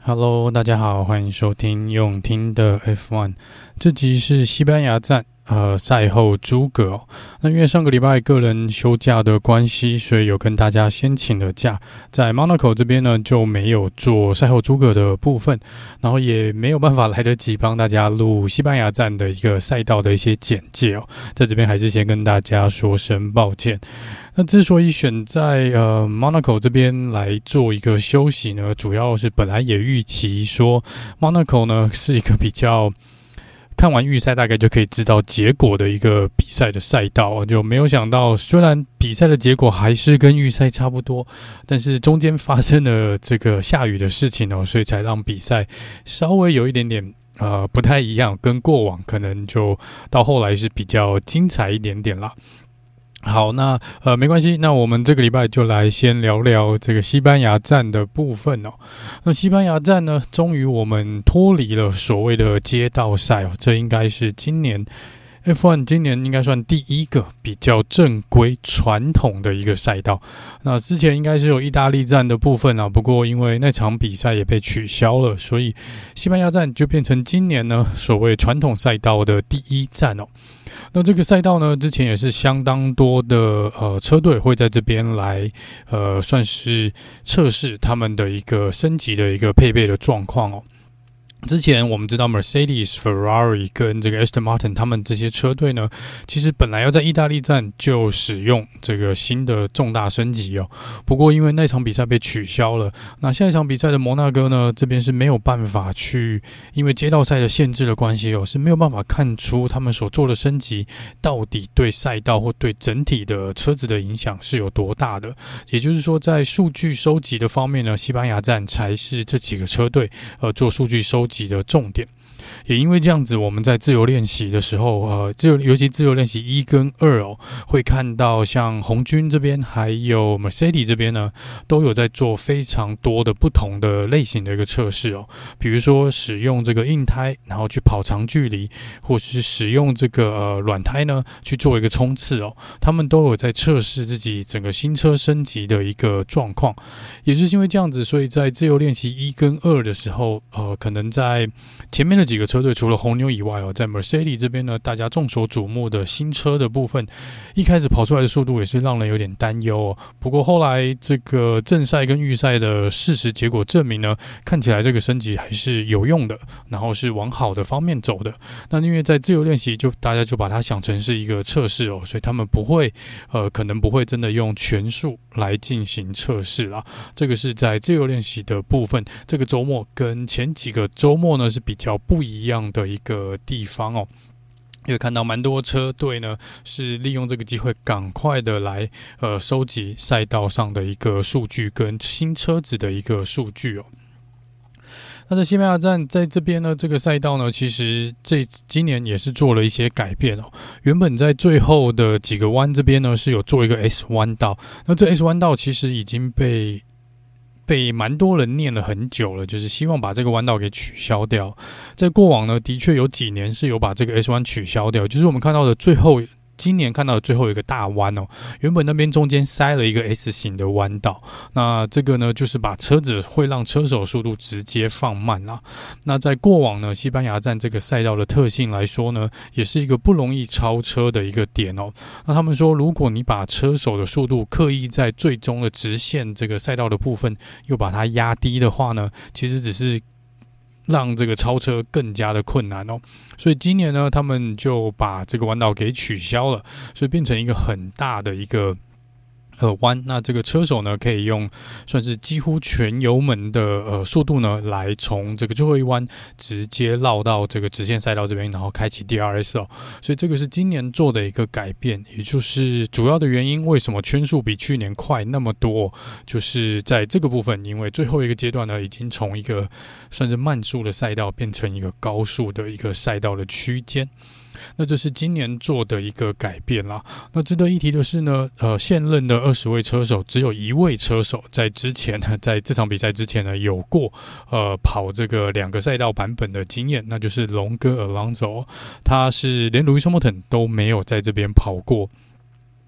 Hello， 大家好，欢迎收听用听的 F1。这集是西班牙站赛后诸葛哦。那因为上个礼拜个人休假的关系，所以有跟大家先请了假，在 Monaco 这边呢就没有做赛后诸葛的部分，然后也没有办法来得及帮大家录西班牙站的一个赛道的一些简介哦。在这边还是先跟大家说声抱歉。那之所以选在Monaco 这边来做一个休息呢，主要是本来也预期说 Monaco 呢是一个比较看完预赛大概就可以知道结果的一个比赛的赛道，就没有想到虽然比赛的结果还是跟预赛差不多，但是中间发生了这个下雨的事情哦，所以才让比赛稍微有一点点不太一样，跟过往可能就到后来是比较精彩一点点啦。好，那没关系，那我们这个礼拜就来先聊聊这个西班牙站的部分哦。那西班牙站呢，终于我们脱离了所谓的街道赛哦，这应该是今年 F1 今年应该算第一个比较正规传统的一个赛道。那之前应该是有意大利站的部分啊，不过因为那场比赛也被取消了，所以西班牙站就变成今年呢所谓传统赛道的第一站哦。那这个赛道呢，之前也是相当多的车队会在这边来算是测试他们的一个升级的一个配备的状况哦。之前我们知道 Mercedes、Ferrari 跟这个 Aston Martin 他们这些车队呢，其实本来要在意大利站就使用这个新的重大升级哦。不过因为那场比赛被取消了，那下一场比赛的摩纳哥呢，这边是没有办法去，因为街道赛的限制的关系哦，是没有办法看出他们所做的升级到底对赛道或对整体的车子的影响是有多大的。也就是说，在数据收集的方面呢，西班牙站才是这几个车队做数据收集的重点。也因为这样子，我们在自由练习的时候，尤其自由练习1跟2哦，会看到像红军这边还有 Mercedes 这边呢，都有在做非常多的不同的类型的一个测试哦。比如说使用这个硬胎，然后去跑长距离，或是使用这个软胎呢去做一个冲刺哦，他们都有在测试自己整个新车升级的一个状况。也就是因为这样子，所以在自由练习1跟2的时候，可能在前面的几个车队除了红牛以外哦，在 Mercedes 这边呢，大家众所瞩目的新车的部分，一开始跑出来的速度也是让人有点担忧哦。不过后来这个正赛跟预赛的事实结果证明呢，看起来这个升级还是有用的，然后是往好的方面走的。那因为在自由练习大家就把它想成是一个测试哦，所以他们不会可能不会真的用全速来进行测试啦。这个是在自由练习的部分，这个周末跟前几个周末呢是比较不一样的一个地方哦。因为看到蛮多车队呢是利用这个机会赶快的来收集赛道上的一个数据跟新车子的一个数据哦。那在西班牙站在这边呢，这个赛道呢，其实今年也是做了一些改变哦。原本在最后的几个弯这边呢是有做一个 S 弯道，那这 S 弯道其实已经被蛮多人念了很久了，就是希望把这个弯道给取消掉。在过往呢，的确有几年是有把这个 S 弯取消掉，就是我们看到的今年看到的最后一个大弯哦，原本那边中间塞了一个 S 型的弯道，那这个呢就是把车子会让车手速度直接放慢啦。那在过往呢，西班牙站这个赛道的特性来说呢，也是一个不容易超车的一个点哦。那他们说，如果你把车手的速度刻意在最终的直线这个赛道的部分又把它压低的话呢，其实只是让这个超车更加的困难哦。所以今年呢，他们就把这个弯道给取消了，所以变成一个很大的一个弯。那这个车手呢，可以用算是几乎全油门的速度呢，来从这个最后一弯直接绕到这个直线赛道这边，然后开启 DRS 哦。所以这个是今年做的一个改变，也就是主要的原因，为什么圈速比去年快那么多，就是在这个部分，因为最后一个阶段呢，已经从一个算是慢速的赛道变成一个高速的一个赛道的区间。那这是今年做的一个改变啦。那值得一提的是呢，现任的20位车手只有1位车手在之前呢，在这场比赛之前呢，有过跑这个2个赛道版本的经验，那就是龙哥 Alonso， 他是连路易斯·莫腾都没有在这边跑过。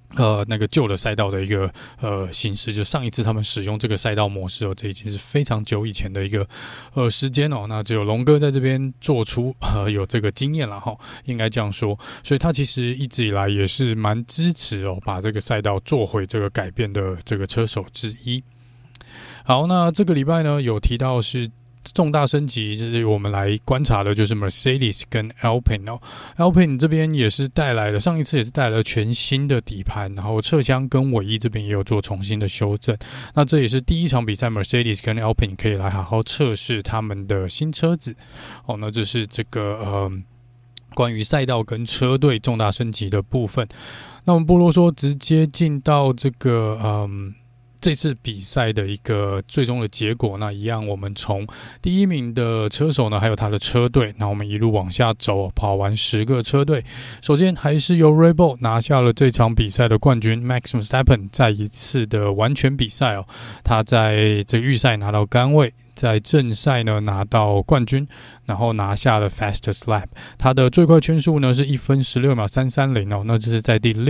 那个旧的赛道的一个形式，就上一次他们使用这个赛道模式这已经是非常久以前的一个时间那只有龙哥在这边做出有这个经验了应该这样说，所以他其实一直以来也是蛮支持把这个赛道做回这个改变的这个车手之一。好，那这个礼拜呢有提到是重大升级，就是我们来观察的就是 Mercedes 跟 Alpine。Alpine 这边也是带来了，上一次也是带来了全新的底盘，然后车厢跟尾翼这边也有做重新的修正。那这也是第一场比赛 Mercedes 跟 Alpine 可以来好好测试他们的新车子。那这是这个关于赛道跟车队重大升级的部分。那我们不啰嗦，直接进到这个这次比赛的一个最终的结果，那一样我们从第一名的车手呢，还有他的车队，那我们一路往下走，跑完10个车队。首先还是由 Red Bull 拿下了这场比赛的冠军 ，Max Verstappen 在一次的完全比赛他在这个预赛拿到杆位，在正赛呢拿到冠军，然后拿下了 Fastest Lap， 他的最快圈速呢是1分16秒330那这是在第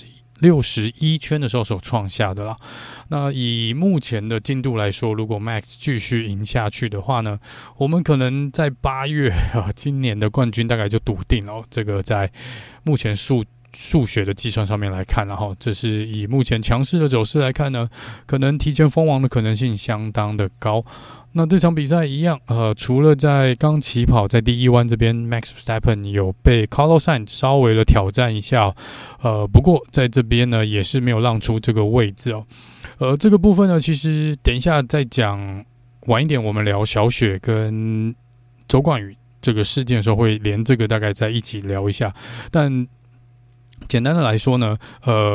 61圈的时候所创下的啦。那以目前的进度来说，如果 Max 继续赢下去的话呢，我们可能在8月今年的冠军大概就笃定了。这个在目前数学的计算上面来看，然后这是以目前强势的走势来看呢，可能提前封王的可能性相当的高。那这场比赛一样，除了在刚起跑在第一弯这边 Max Verstappen 有被 Carlos Sainz 稍微的挑战一下不过在这边呢也是没有让出这个位置这个部分呢其实等一下再讲，晚一点我们聊小雪跟周冠宇这个事件的时候会连这个大概再一起聊一下，但简单的来说呢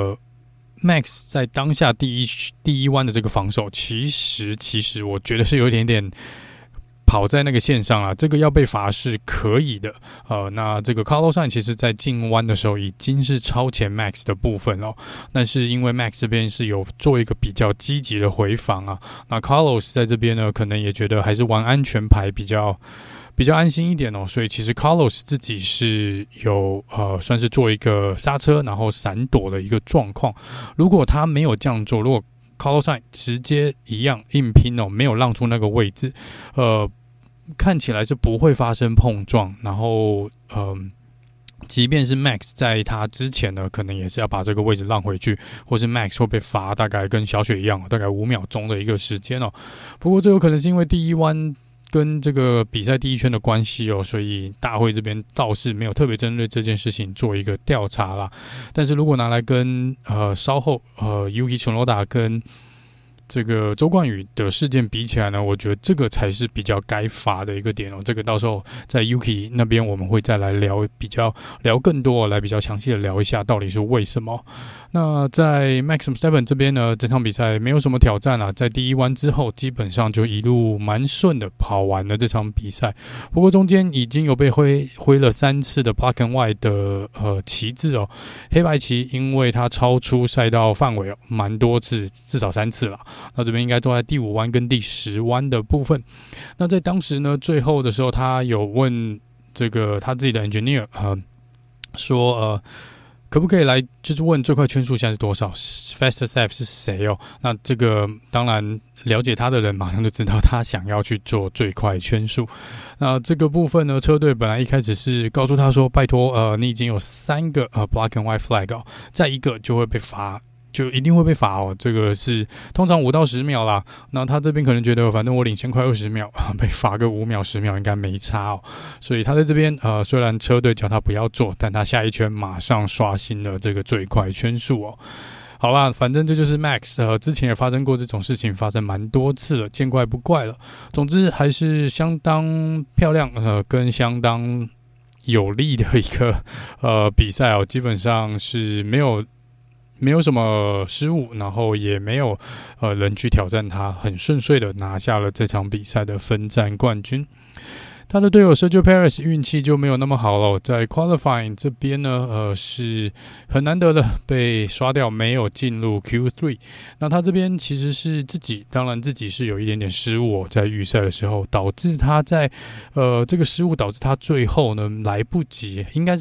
Max 在当下第一弯的这个防守，其实我觉得是有一点点跑在那个线上这个要被罚是可以的。那这个 Carlos Sainz 其实在进弯的时候已经是超前 Max 的部分但是因为 Max 这边是有做一个比较积极的回防那 Carlos 在这边呢可能也觉得还是玩安全牌比较安心一点所以其实 Carlos 自己是有算是做一个刹车然后闪躲的一个状况。如果他没有这样做，如果 Carlos Sainz 直接一样硬拼没有让出那个位置看起来是不会发生碰撞，然后即便是 Max 在他之前呢可能也是要把这个位置让回去，或是 Max 会被罚大概跟小雪一样大概5秒钟的一个时间不过这有可能是因为第一弯跟这个比赛第一圈的关系所以大会这边倒是没有特别针对这件事情做一个调查啦。但是如果拿来跟稍后Yuki Tsunoda 跟这个周冠宇的事件比起来呢，我觉得这个才是比较该罚的一个点这个到时候在 Yuki 那边我们会再来聊更多，来比较详细的聊一下到底是为什么。那在 Max Verstappen 这边呢，这场比赛没有什么挑战在第一弯之后基本上就一路蛮顺的跑完了这场比赛。不过中间已经有被挥了3次的 Black and White 的旗帜黑白旗，因为它超出赛道范围蛮多次，至少3次了。那这边应该都在第5弯跟第10弯的部分。那在当时呢最后的时候他有问这个他自己的 engineer 说可不可以来就是问最快圈速现在是多少 Fastest Lap 是谁那这个当然了解他的人马上就知道他想要去做最快圈速。那这个部分呢车队本来一开始是告诉他说拜托你已经有3个Black and White Flag再一个就会被罚，就一定会被罚这个是通常5到10秒啦。那他这边可能觉得反正我领先快20秒被罚个5秒10秒应该没差所以他在这边虽然车队叫他不要做，但他下一圈马上刷新了这个最快圈速好啦，反正这就是 Max 之前也发生过这种事情，发生蛮多次了，见怪不怪了。总之还是相当漂亮跟相当有利的一个比赛基本上是没有什么失误，然后也没有人去挑战他，很顺遂的拿下了这场比赛的分站冠军。他的队友 Sergio Perez 运气就没有那么好了，在 Qualifying 这边呢是很难得的被刷掉，没有进入 Q3。 那他这边其实是当然自己是有一点点失误在预赛的时候，导致他在这个失误导致他最后呢来不及，应该是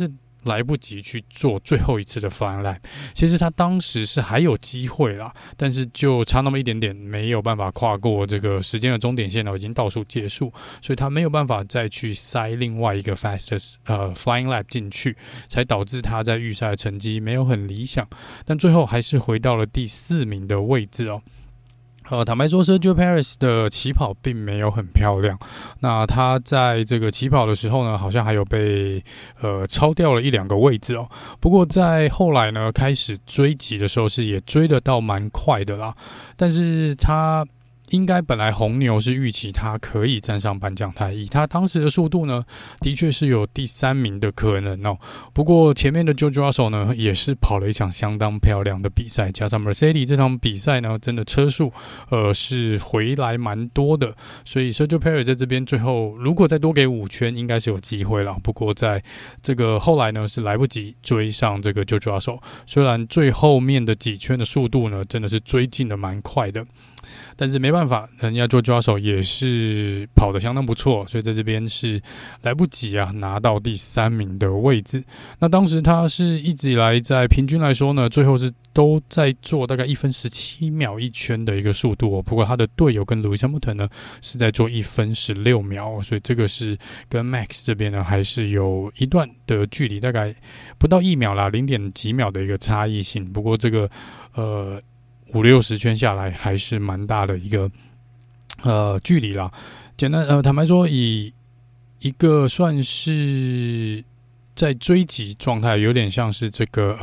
来不及去做最后一次的 flying lap。其实他当时是还有机会啦，但是就差那么一点点，没有办法跨过这个时间的终点线了，已经倒数结束，所以他没有办法再去塞另外一个 fastest flying lap 进去，才导致他在预赛的成绩没有很理想，但最后还是回到了第4名的位置哦。坦白说 Sergio Perez 的起跑并没有很漂亮，那他在这个起跑的时候呢，好像还有被超掉了1-2个位置哦。不过在后来呢，开始追击的时候是也追得到蛮快的啦，但是他应该本来红牛是预期他可以站上颁奖台，以他当时的速度呢，的确是有第3名的可能哦。不过前面的 George Russell 呢，也是跑了一场相当漂亮的比赛，加上 Mercedes 这场比赛呢，真的车速是回来蛮多的，所以 Sergio Perez 在这边最后如果再多给5圈，应该是有机会了。不过在这个后来呢，是来不及追上这个 George Russell， 虽然最后面的几圈的速度呢，真的是追进的蛮快的。但是没办法，人家George Russell也是跑得相当不错，所以在这边是来不及啊拿到第3名的位置。那当时他是一直以来在平均来说呢，最后是都在做大概1分17秒1圈的一个速度哦。不过他的队友跟 Lewis Hamilton 呢是在做1分16秒，所以这个是跟 Max 这边呢还是有一段的距离，大概不到1秒啦，0点几秒的一个差异性。不过这个50-60圈下来还是蛮大的一个距离啦。坦白说，以一个算是在追击状态，有点像是这个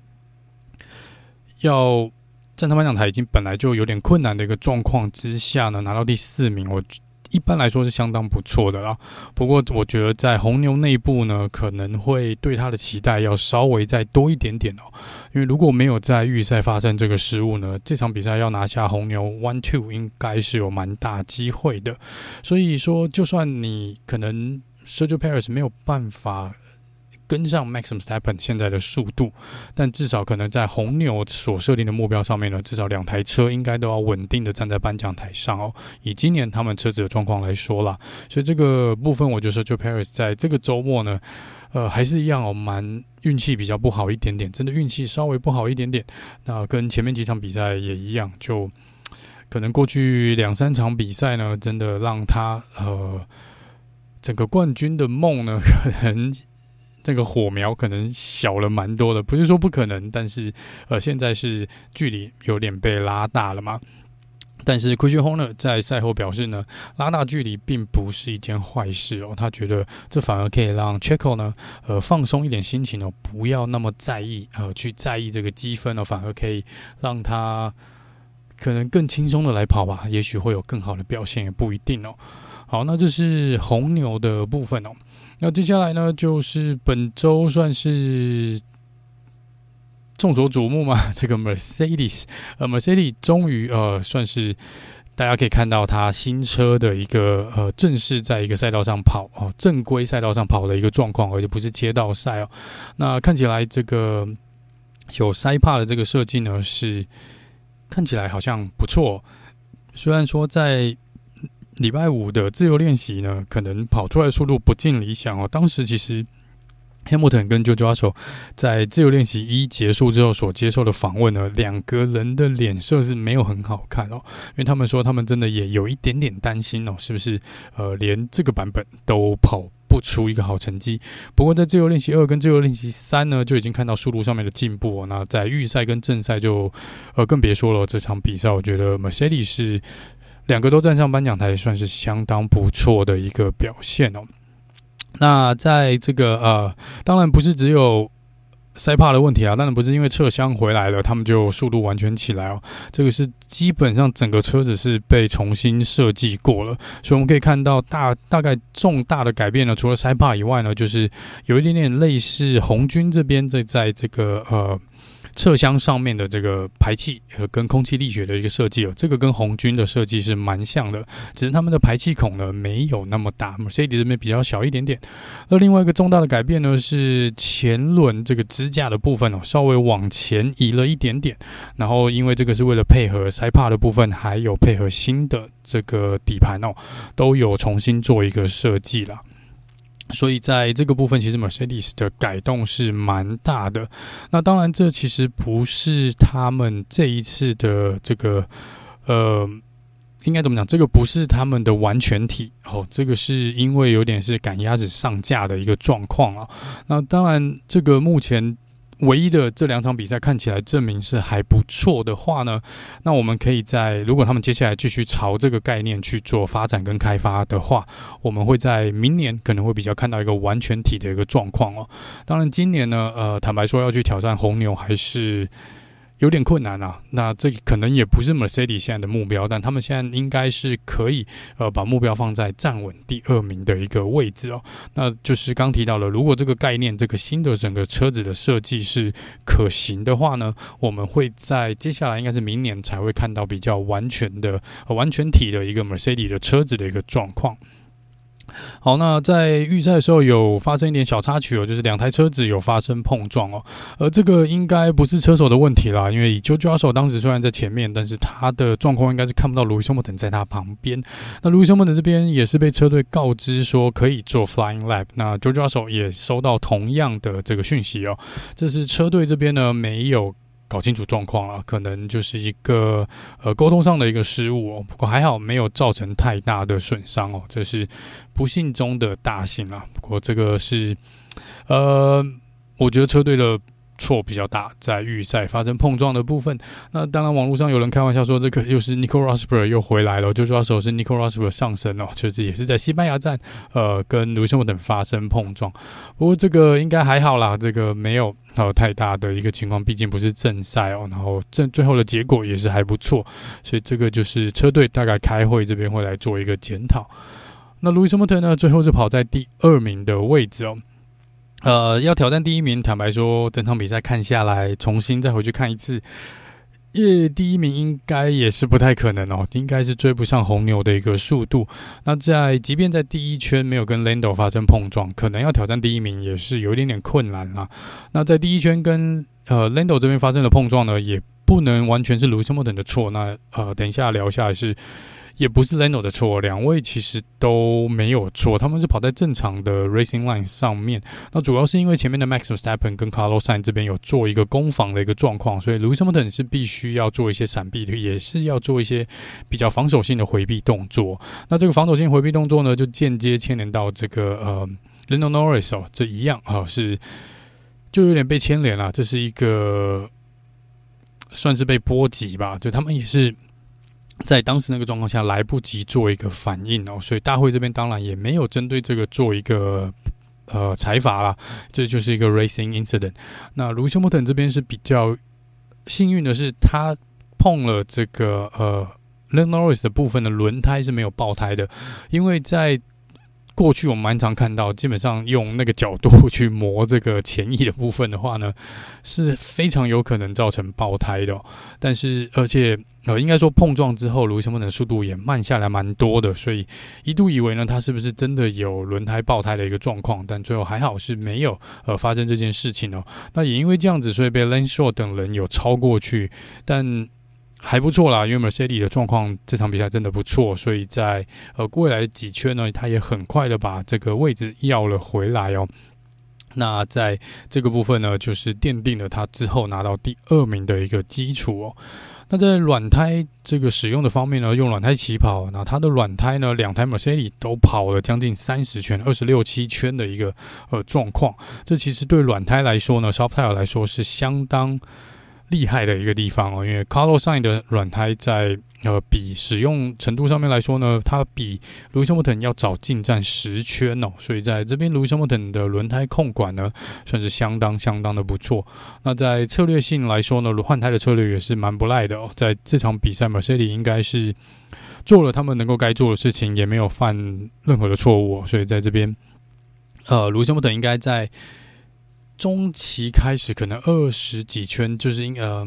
要站上颁奖台已经本来就有点困难的一个状况之下呢，拿到第4名，我一般来说是相当不错的啦。不过我觉得在红牛内部呢，可能会对他的期待要稍微再多一点点哦。因为如果没有在预赛发生这个失误呢，这场比赛要拿下红牛 1-2 应该是有蛮大机会的。所以说，就算你可能 Sergio Perez 没有办法跟上 Max Verstappen 现在的速度，但至少可能在红牛所设定的目标上面呢，至少2台车应该都要稳定的站在颁奖台上哦。以今年他们车子的状况来说啦，所以这个部分我觉得 Sergio Perez 在这个周末呢，还是一样哦，蛮运气比较不好一点点，真的运气稍微不好一点点。那跟前面几场比赛也一样，就可能过去2-3场比赛呢，真的让他整个冠军的梦呢，可能这个火苗可能小了蛮多的，不是说不可能，但是现在是距离有点被拉大了嘛。但是 Christian Horner 在赛后表示呢，拉大距离并不是一件坏事哦，他觉得这反而可以让 Checo 呢放松一点心情哦，不要那么在意去在意这个积分哦，反而可以让他可能更轻松的来跑吧，也许会有更好的表现，也不一定哦。好，那这是红牛的部分哦。那接下来呢，就是本周算是众所瞩目嘛，这个 Mercedes 终于算是大家可以看到他新车的一个正式在一个赛道上跑哦，正规赛道上跑的一个状况，而且不是街道赛哦。那看起来这个有塞帕的这个设计呢，是看起来好像不错。虽然说在礼拜5的自由练习呢，可能跑出来的速度不尽理想哦。当时其实Hamilton 跟 George Russell 在自由练习1结束之后所接受的访问呢，2个人的脸色是没有很好看哦，因为他们说他们真的也有一点点担心哦，是不是连这个版本都跑不出一个好成绩。不过在自由练习2跟自由练习3呢，就已经看到速度上面的进步哦。那在预赛跟正赛就更别说了，这场比赛我觉得 Mercedes 是2个都站上颁奖台，算是相当不错的一个表现哦。那在这个当然不是只有塞帕的问题啊，当然不是因为撤箱回来了，他们就速度完全起来哦。这个是基本上整个车子是被重新设计过了，所以我们可以看到大概重大的改变呢，除了塞帕以外呢，就是有一点点类似红军这边在这个侧箱上面的这个排气跟空气力学的一个设计哦，这个跟红军的设计是蛮像的，只是他们的排气孔呢没有那么大 ，Mercedes 这边比较小一点点。那另外一个重大的改变呢是前轮这个支架的部分哦，稍微往前移了一点点，然后因为这个是为了配合塞帕的部分，还有配合新的这个底盘哦，都有重新做一个设计啦。 所以在这个部分，其实 Mercedes 的改动是蛮大的。那当然，这其实不是他们这一次的这个应该怎么讲？这个不是他们的完全体这个是因为有点是赶鸭子上架的一个状况啊。那当然，这个目前唯一的这2场比赛看起来证明是还不错的话呢，那我们可以如果他们接下来继续朝这个概念去做发展跟开发的话，我们会在明年可能会比较看到一个完全体的一个状况哦。当然今年呢，坦白说要去挑战红牛还是有点困难啊，那这可能也不是 Mercedes 现在的目标，但他们现在应该是可以把目标放在站稳第2名的一个位置哦。那就是刚提到了，如果这个概念，这个新的整个车子的设计是可行的话呢，我们会在接下来应该是明年才会看到比较完全体的一个 Mercedes 的车子的一个状况。好，那在预赛的时候有发生一点小插曲哦，就是2台车子有发生碰撞哦，这个应该不是车手的问题啦，因为Jojo Russell当时虽然在前面，但是他的状况应该是看不到Lewis Hamilton在他旁边。那Lewis Hamilton这边也是被车队告知说可以做 Flying Lap， 那Jojo Russell也收到同样的这个讯息哦，这是车队这边呢没有搞清楚状况了，可能就是一个沟通上的一个失误哦。不过还好没有造成太大的损伤哦，这是不幸中的大幸啦。不过这个是我觉得车队的错比较大，在预赛发生碰撞的部分。那当然网络上有人开玩笑说这个又是 Nico Rosberg 又回来了，就说是 Nico Rosberg 上升哦，就是也是在西班牙站跟Lewis Hamilton等发生碰撞。不过这个应该还好啦，这个没有太大的一个情况，毕竟不是正赛哦，然后最后的结果也是还不错，所以这个就是车队大概开会这边会来做一个检讨。那 Lewis Hamilton 呢，最后是跑在第2名的位置哦。要挑战第1名，坦白说，整场比赛看下来，重新再回去看一次，第1名应该也是不太可能哦，应该是追不上红牛的一个速度。那即便在第1圈没有跟 Lando 发生碰撞，可能要挑战第1名也是有一点点困难啦。那在第1圈跟Lando 这边发生的碰撞呢，也不能完全是 Lewis Hamilton 的错。那等一下聊下来也不是 Lando 的错，2位其实都没有错，他们是跑在正常的 racing line 上面。那主要是因为前面的 Max Verstappen 跟 Carlos Sainz 这边有做一个攻防的一个状况，所以 Lewis Hamilton 是必须要做一些闪避的，也是要做一些比较防守性的回避动作。那这个防守性回避动作呢，就间接牵连到这个Lando Norris 哦，这一样就有点被牵连了，这是一个算是被波及吧，就他们也是在当时那个状况下来不及做一个反应哦，所以大会这边当然也没有针对这个做一个裁罚啦，这就是一个 racing incident。那Lewis Hamilton这边是比较幸运的是，他碰了这个Lando Norris 的部分的轮胎是没有爆胎的，因为在过去我们蛮常看到，基本上用那个角度去磨这个前翼的部分的话呢，是非常有可能造成爆胎的但是而且应该说碰撞之后Lewis Hamilton的速度也慢下来蛮多的，所以一度以为呢他是不是真的有轮胎爆胎的一个状况，但最后还好是没有发生这件事情哦。那也因为这样子，所以被 Lance Stroll 等人有超过去，但还不错啦，因为 Mercedes 的状况这场比赛真的不错，所以在未来的几圈呢，他也很快的把这个位置要了回来哦。那在这个部分呢，就是奠定了他之后拿到第2名的一个基础哦。那在软胎这个使用的方面呢，用软胎起跑，那它的软胎呢，2台 Mercedes 都跑了将近30圈、26-7圈的一个状况。这其实对软胎来说呢 ，soft tire 来说是相当厉害的一个地方哦，因为 Carlos Sainz 的软胎在比使用程度上面来说呢，它比 Lewis Hamilton 要早进站10圈哦，所以在这边 Lewis Hamilton 的轮胎控管呢，算是相当的不错。那在策略性来说呢，换胎的策略也是蛮不赖的哦。在这场比赛 Mercedes 应该是做了他们能够该做的事情，也没有犯任何的错误哦，所以在这边Lewis Hamilton 应该在中期开始可能20几圈，就是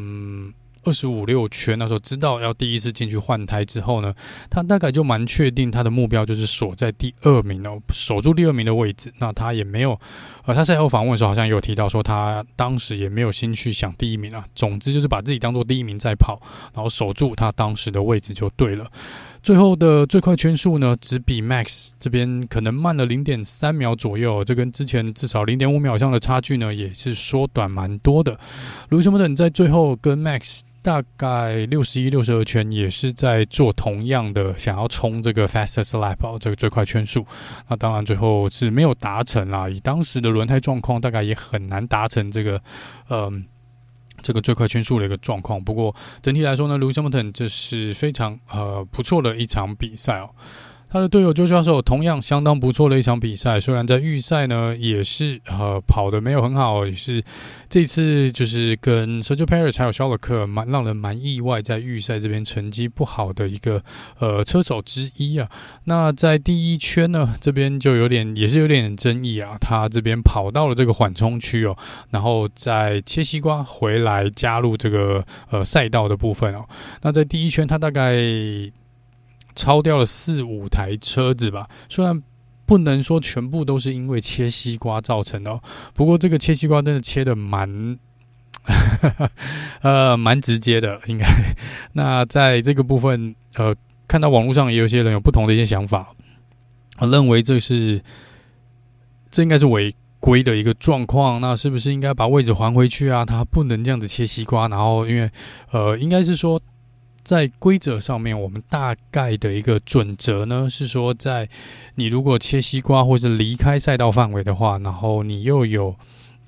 25-26圈那时候知道要第一次进去换胎之后呢，他大概就蛮确定他的目标就是锁在第2名哦，守住第2名的位置。那他也没有他赛后访问的时候好像也有提到说，他当时也没有心去想第1名啊。总之就是把自己当做第1名在跑，然后守住他当时的位置就对了。 最后的最快圈速呢，只比 Max 这边可能慢了 0.3 秒左右，这跟之前至少 0.5 秒上的差距呢，也是缩短蛮多的。Lewis Hamilton 在最后跟 Max 大概61、62圈，也是在做同样的想要冲这个 fastest lap 这个最快圈速。那当然最后是没有达成啦，以当时的轮胎状况，大概也很难达成这个这个最快圈速的一个状况。不过整体来说呢 ，Lewis Hamilton 这是非常不错的一场比赛哦。他的队友 George Russell 同样相当不错的一场比赛，虽然在预赛呢也是跑得没有很好，也是这一次就是跟 Sergio Perez 还有肖勒克让人蛮意外，在预赛这边成绩不好的一个车手之一啊。那在第一圈呢，这边就也是有点争议啊，他这边跑到了这个缓冲区哦，然后再切西瓜回来加入这个赛道的部分哦。那在第一圈他大概超掉了4-5台车子吧，虽然不能说全部都是因为切西瓜造成的不过这个切西瓜真的切的蛮直接的，应该。那在这个部分，看到网络上也有些人有不同的一些想法，认为这应该是违规的一个状况，那是不是应该把位置还回去啊？他不能这样子切西瓜，然后因为应该是说。在规则上面，我们大概的一个准则呢，是说在你如果切西瓜或是离开赛道范围的话，然后你又有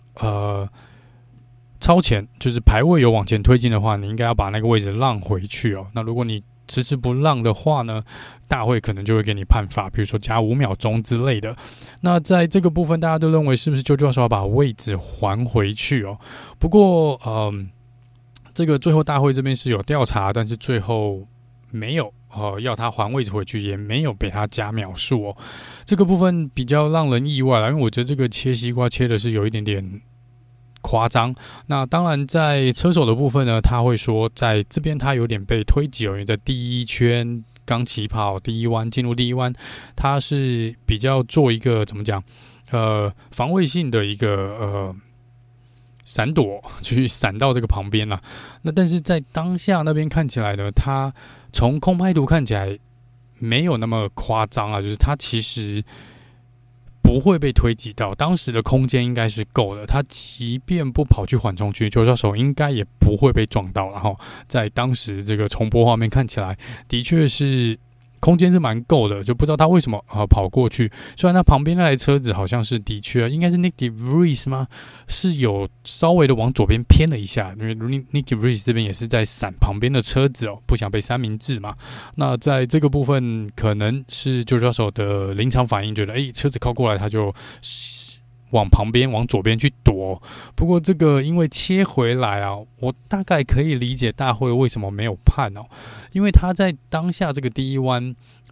超前，就是排位有往前推进的话，你应该要把那个位置让回去哦。那如果你迟迟不让的话呢，大会可能就会给你判罚，比如说加5秒钟之类的。那在这个部分，大家都认为是不是就要说把位置还回去哦？不过这个最后大会这边是有调查，但是最后没有要他还位置回去，也没有给他加秒数哦。这个部分比较让人意外啦，因为我觉得这个切西瓜切的是有一点点夸张。那当然在车手的部分呢，他会说在这边他有点被推挤哦，因为在第一圈刚起跑第一弯进入第一弯，他是比较做一个怎么讲防卫性的一个闪躲去闪到这个旁边啦。那但是在当下那边看起来呢，他从空拍图看起来没有那么夸张啊，就是他其实不会被推挤到，当时的空间应该是够的。他即便不跑去缓冲区，球手应该也不会被撞到。然后在当时这个重播画面看起来，的确是。空间是蛮够的，就不知道他为什么跑过去。虽然他旁边那台车子好像是的确应该是 Nick de Vries 吗？是有稍微的往左边偏了一下，因为 Nick de Vries 这边也是在闪旁边的车子不想被三明治嘛。那在这个部分可能是就车手的临场反应，觉得车子靠过来他就往旁边往左边去躲。不过这个因为切回来啊，我大概可以理解大会为什么没有判哦，因为他在当下这个第一弯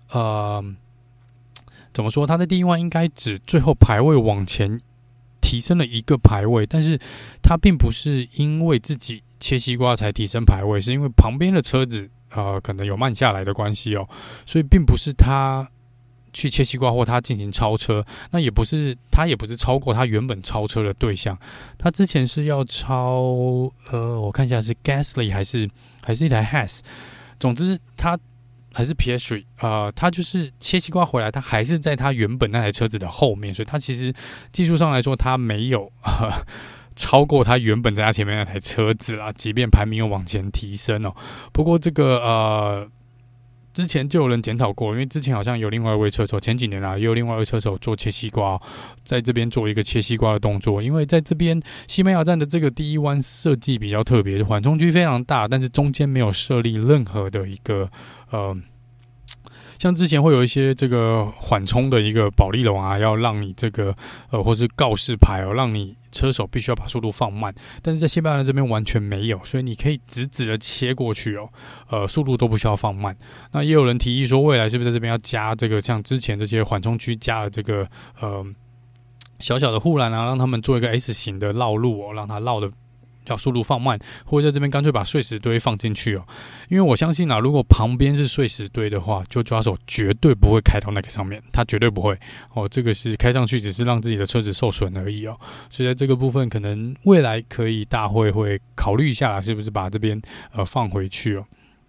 怎么说，他在第一弯应该只最后排位往前提升了一个排位，但是他并不是因为自己切西瓜才提升排位，是因为旁边的车子可能有慢下来的关系哦，所以并不是他去切西瓜或他进行超车，那他也不是超过他原本超车的对象，他之前是要超我看一下是 Gasly 还是一台 Haas， 总之他还是 Piastri 他就是切西瓜回来，他还是在他原本那台车子的后面，所以他其实技术上来说他没有超过他原本在他前面那台车子啦，即便排名有往前提升哦。不过这个之前就有人检讨过，因为之前好像有另外一位车手，前几年也有另外一位车手做切西瓜在这边做一个切西瓜的动作。因为在这边西班牙站的这个第一弯设计比较特别，缓冲区非常大，但是中间没有设立任何的一个像之前会有一些这个缓冲的一个保利龙要让你这个或是告示牌让你车手必须要把速度放慢，但是在西班牙这边完全没有，所以你可以直的切过去速度都不需要放慢。那也有人提议说，未来是不是在这边要加这个像之前这些缓冲区加了这个小小的护栏让他们做一个 S 型的绕路让它绕的要速度放慢，或者在这边干脆把碎石堆放进去因为我相信如果旁边是碎石堆的话，就抓手绝对不会开到那个上面，他绝对不会这个是开上去只是让自己的车子受损而已所以在这个部分可能未来可以大会考虑一下是不是把这边放回去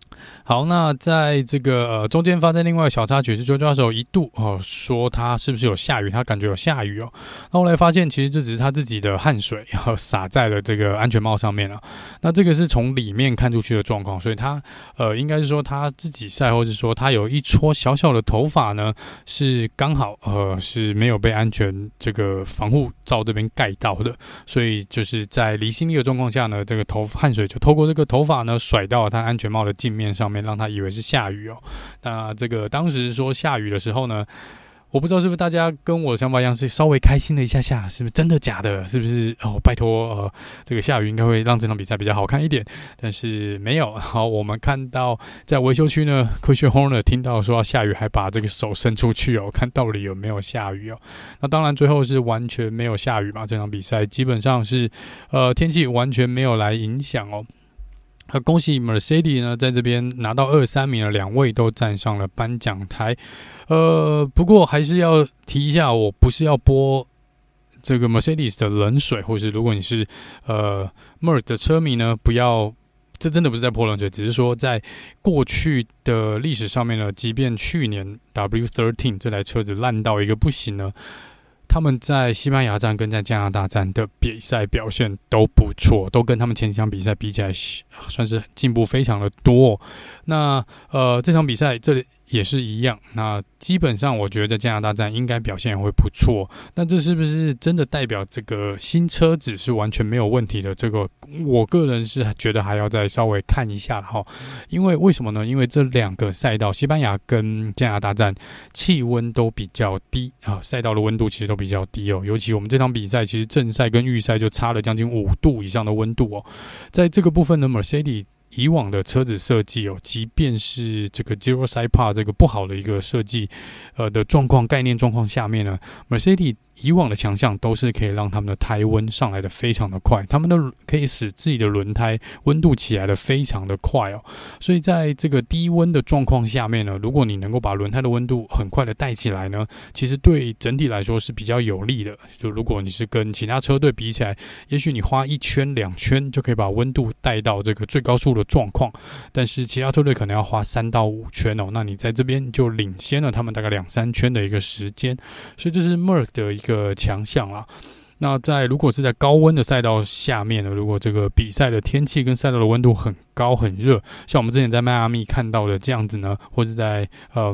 好，那在这个中间发生另外一个小插曲是周教授一度说他是不是有下雨，他感觉有下雨哦。那后来发现其实这只是他自己的汗水洒在了这个安全帽上面了。那这个是从里面看出去的状况，所以他应该是说他自己赛后是说他有一撮小小的头发呢是刚好是没有被安全这个防护罩这边盖到的，所以就是在离心力的状况下呢，这个汗水就透过这个头发呢甩到了他安全帽的镜面上面，让他以为是下雨哦。那这个当时说下雨的时候呢，我不知道是不是大家跟我的想法一样，是稍微开心了一下下，是不是真的假的？是不是拜托这个下雨应该会让这场比赛比较好看一点？但是没有。好，我们看到在维修区呢 ，Christian Horner 听到说要下雨，还把这个手伸出去哦，看到底有没有下雨哦。那当然最后是完全没有下雨嘛，这场比赛基本上是天气完全没有来影响哦。恭喜 Mercedes 呢，在这边拿到2、3名的2位都站上了颁奖台。不过还是要提一下，我不是要播这个 Mercedes 的冷水，或是如果你是Merc 的车迷呢，不要，这真的不是在泼冷水，只是说在过去的历史上面呢，即便去年 W13 这台车子烂到一个不行呢，他们在西班牙站跟在加拿大站的比赛表现都不错，都跟他们前几场比赛比起来算是进步非常的多。那这场比赛这里也是一样，那基本上我觉得在加拿大站应该表现也会不错。那这是不是真的代表这个新车子是完全没有问题的？这个我个人是觉得还要再稍微看一下哈。因为为什么呢？因为这2个赛道，西班牙跟加拿大站气温都比较低啊，赛道的温度其实都比较低哦。尤其我们这场比赛其实正赛跟预赛就差了将近5度以上的温度哦。在这个部分呢 ，Mercedes 以往的车子设计哦，即便是这个 Zero Side Pod 这个不好的一个设计的状况概念状况下面呢 ，Mercedes 以往的强项都是可以让他们的胎温上来的非常的快，他们都可以使自己的轮胎温度起来的非常的快哦。所以在这个低温的状况下面呢，如果你能够把轮胎的温度很快的带起来呢，其实对整体来说是比较有利的。就如果你是跟其他车队比起来，也许你花1圈2圈就可以把温度带到这个最高速的状况，但是其他车队可能要花3到5圈哦。那你在这边就领先了他们大概2-3圈的一个时间，所以这是 Merc 的一个强项啦。那如果是在高温的赛道下面呢，如果这个比赛的天气跟赛道的温度很高很热，像我们之前在迈阿密看到的这样子呢，或是在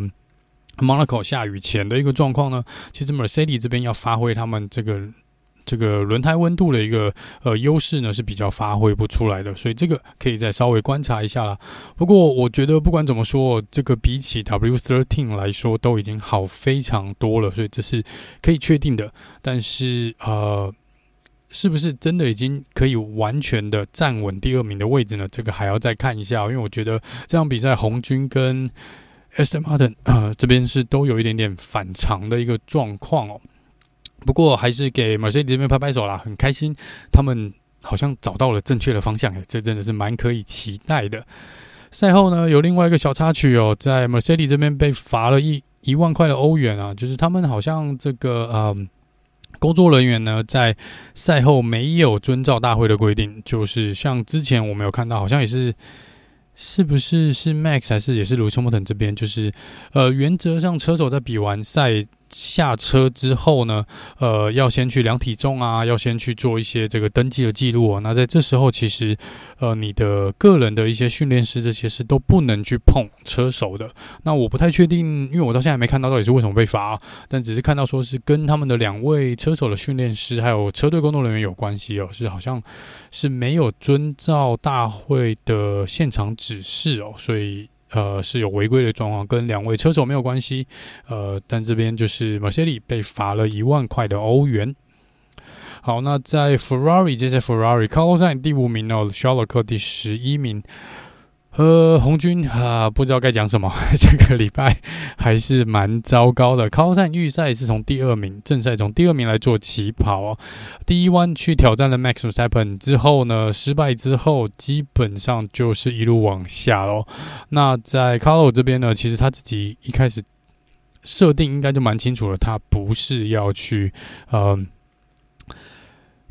Monaco 下雨前的一个状况呢，其实 Mercedes 这边要发挥他们这个轮胎温度的一个优势呢是比较发挥不出来的，所以这个可以再稍微观察一下啦。不过我觉得不管怎么说，这个比起 W13 来说都已经好非常多了，所以这是可以确定的。但是是不是真的已经可以完全的站稳第2名的位置呢？这个还要再看一下，因为我觉得这场比赛红军跟 Aston Martin 这边是都有一点点反常的一个状况哦。不过还是给 Mercedes 这边拍拍手啦，很开心，他们好像找到了正确的方向，这真的是蛮可以期待的。赛后呢，有另外一个小插曲哦，在 Mercedes 这边被罚了1万块的欧元啊，就是他们好像这个工作人员呢，在赛后没有遵照大会的规定，就是像之前我们有看到，好像也是不是 Max 还是也是Lewis Hamilton这边，就是原则上车手在比完赛下车之后呢，要先去量体重啊，要先去做一些这个登记的记录哦。那在这时候，其实你的个人的一些训练师这些是都不能去碰车手的。那我不太确定，因为我到现在还没看到到底是为什么被罚，但只是看到说是跟他们的2位车手的训练师还有车队工作人员有关系哦，是好像是没有遵照大会的现场指示哦，所以是有违规的状况，跟2位车手没有关系。但这边就是 Mercedes 被罚了1万块的欧元。好，那在 Ferrari 这些 Ferrari，Carlos Sainz 第5名哦 ，Charles Leclerc 第11名。红军不知道该讲什么，这个礼拜还是蛮糟糕的。Carlos Sainz预赛是从第2名，正赛从第2名来做起跑哦。第一弯去挑战了 Max Verstappen 之后呢，失败之后基本上就是一路往下咯。那在 Carlos 这边呢，其实他自己一开始设定应该就蛮清楚了，他不是要去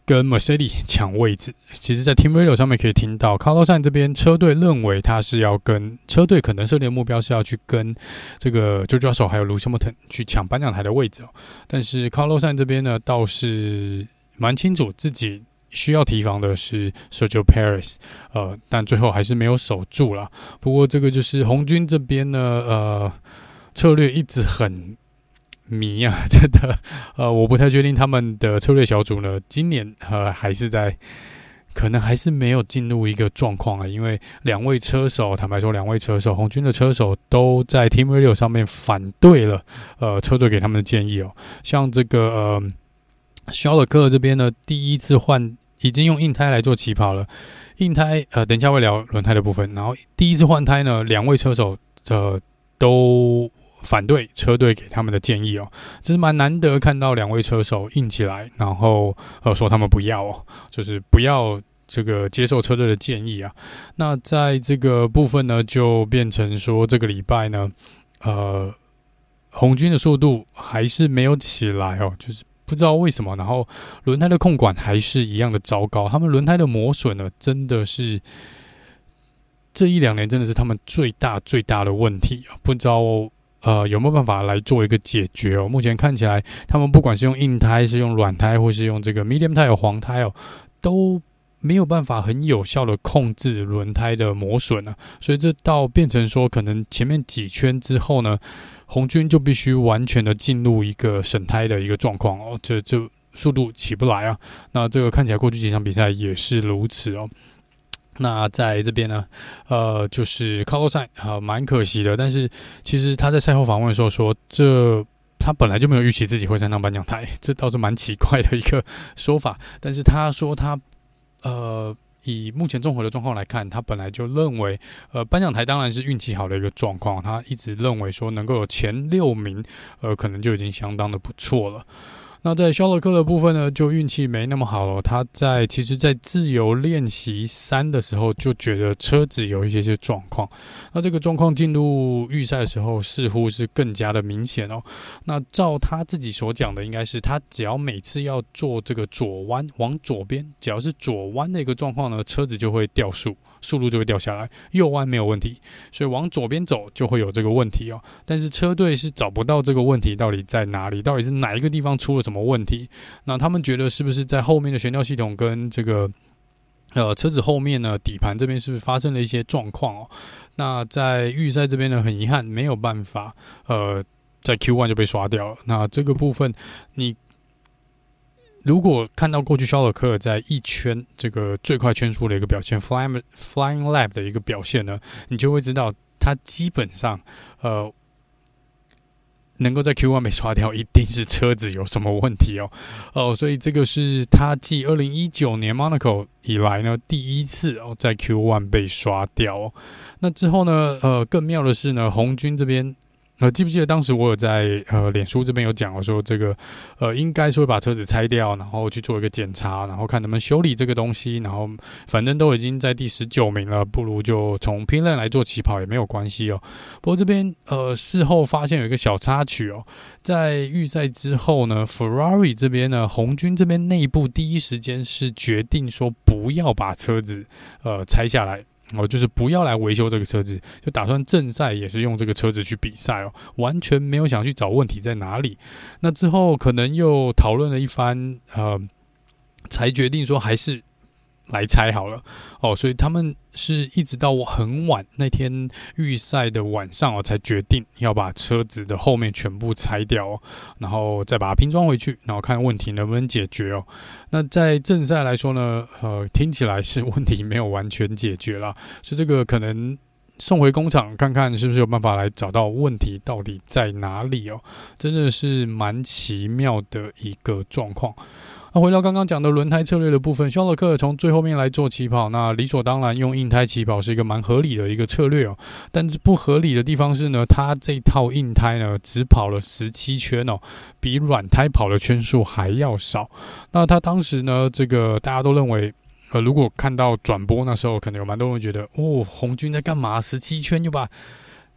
跟 Mercedes 抢位置。其实在 Team Radio 上面可以听到 Carlos Sainz 这边车队认为他是要跟车队可能设定的目标是要去跟这个 George Russell 还有 Lewis Hamilton 去抢颁奖台的位置但是 Carlos Sainz 这边呢倒是蛮清楚自己需要提防的是 Sergio Perez， 但最后还是没有守住啦。不过这个就是红军这边呢，策略一直很迷啊，真的，我不太确定他们的策略小组呢，今年还是可能还是没有进入一个状况因为两位车手，坦白说，两位车手，红军的车手都在 Team Radio 上面反对了，车队给他们的建议像这个肖勒克这边呢，第一次已经用硬胎来做起跑了，硬胎等一下会聊轮胎的部分，然后第一次换胎呢，两位车手都反对车队给他们的建议这是蛮难得看到两位车手硬起来，然后说他们不要就是不要这个接受车队的建议那在这个部分呢，就变成说这个礼拜呢，红军的速度还是没有起来就是不知道为什么，然后轮胎的控管还是一样的糟糕，他们轮胎的磨损呢，真的是这一两年真的是他们最大的问题不知道有没有办法来做一个解决目前看起来，他们不管是用硬胎、是用软胎，或是用这个 medium 胎黄胎都没有办法很有效的控制轮胎的磨损所以这到变成说，可能前面几圈之后呢，红军就必须完全的进入一个省胎的一个状况这速度起不来那这个看起来过去几场比赛也是如此那在这边呢，就是 Carlos Sainz 蛮可惜的，但是其实他在赛后访问的时候说，他本来就没有预期自己会站上颁奖台，这倒是蛮奇怪的一个说法。但是他说他以目前综合的状况来看，他本来就认为颁奖台当然是运气好的一个状况，他一直认为说能够有前6名可能就已经相当的不错了。那在肖勒克的部分呢，就运气没那么好了。他其实在自由练习3的时候就觉得车子有一些状况，那这个状况进入预赛的时候似乎是更加的明显那照他自己所讲的，应该是他只要每次要做这个左弯往左边，只要是左弯的一个状况呢，车子就会掉速度就会掉下来，右弯没有问题，所以往左边走就会有这个问题但是车队是找不到这个问题到底在哪里，到底是哪一个地方出了什么问题？那他们觉得是不是在后面的悬吊系统跟这个车子后面呢底盘这边是不是发生了一些状况那在预赛这边呢，很遗憾没有办法在 Q1 就被刷掉了。那这个部分你如果看到过去肖勒克在一圈这个最快圈数的一个表现 flying lap 的一个表现呢，你就会知道他基本上能够在 Q1 被刷掉，一定是车子有什么问题所以这个是他继2019年 Monaco 以来呢第一次在 Q1 被刷掉那之后呢更妙的是呢，红军这边记不记得当时我有在脸书这边有讲说这个应该是会把车子拆掉，然后去做一个检查，然后看能不能修理这个东西，然后反正都已经在第19名了，不如就从 Pit Lane 来做起跑也没有关系不过这边事后发现有一个小插曲在预赛之后呢 Ferrari 这边呢，红军这边内部第一时间是决定说不要把车子拆下来就是不要来维修这个车子，就打算正赛也是用这个车子去比赛完全没有想去找问题在哪里。那之后可能又讨论了一番才决定说还是来拆好了所以他们是一直到很晚那天预赛的晚上才决定要把车子的后面全部拆掉然后再把它拼装回去，然后看问题能不能解决那在正赛来说呢听起来是问题没有完全解决啦，所以这个可能送回工厂看看是不是有办法来找到问题到底在哪里真的是蛮奇妙的一个状况。那回到刚刚讲的轮胎策略的部分，肖勒克从最后面来做起跑，那理所当然用硬胎起跑是一个蛮合理的一个策略但是不合理的地方是呢，他这套硬胎呢只跑了17圈比软胎跑的圈数还要少。那他当时呢，这个大家都认为如果看到转播那时候，可能有蛮多人觉得红军在干嘛？17圈就把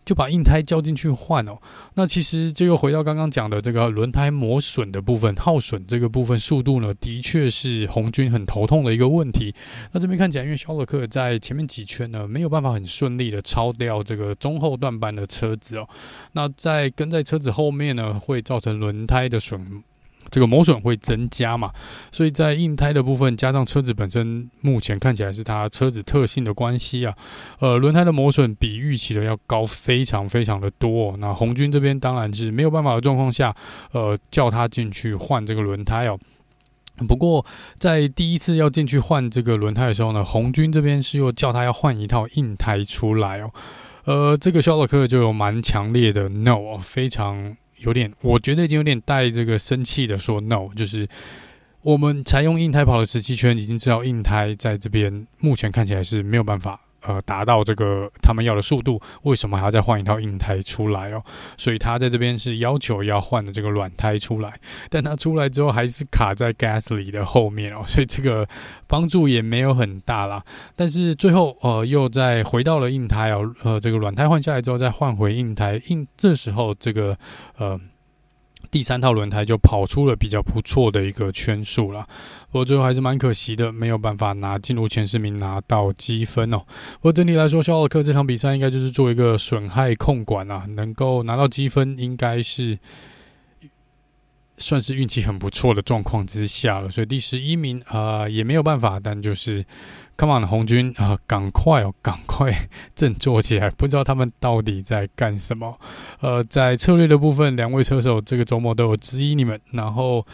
就把硬胎交进去换哦。那其实就又回到刚刚讲的这个轮胎磨损的部分，耗损这个部分速度呢，的确是红军很头痛的一个问题。那这边看起来，因为肖勒克在前面几圈呢，没有办法很顺利的超掉这个中后段班的车子哦。那在跟在车子后面呢，会造成轮胎的这个磨损会增加嘛，所以在硬胎的部分加上车子本身目前看起来是它车子特性的关系啊，轮胎的磨损比预期的要高非常非常的多哦。那红军这边当然是没有办法的状况下，叫他进去换这个轮胎哦。不过在第一次要进去换这个轮胎的时候呢，红军这边是又叫他要换一套硬胎出来哦。这个肖勒克就有蛮强烈的 no 哦，非常。我觉得已经有点带这个生气的说 no， 就是我们采用硬胎跑了17圈，已经知道硬胎在这边目前看起来是没有办法达到这个他们要的速度，为什么还要再换一套硬胎出来哦？所以他在这边是要求要换的这个软胎出来，但他出来之后还是卡在 Gasly 的后面哦，所以这个帮助也没有很大啦。但是最后又再回到了硬胎哦，这个软胎换下来之后再换回硬胎，这时候这个第3套轮胎就跑出了比较不错的一个圈数啦，不过最后还是蛮可惜的，没有办法进入前10名拿到积分哦。不过整体来说，肖勒克这场比赛应该就是做一个损害控管啊，能够拿到积分，应该是算是运气很不错的状况之下了。所以第11名也没有办法，但就是Come on， 红军赶快振作起来！不知道他们到底在干什么。在策略的部分，两位车手这个周末都有质疑你们，然后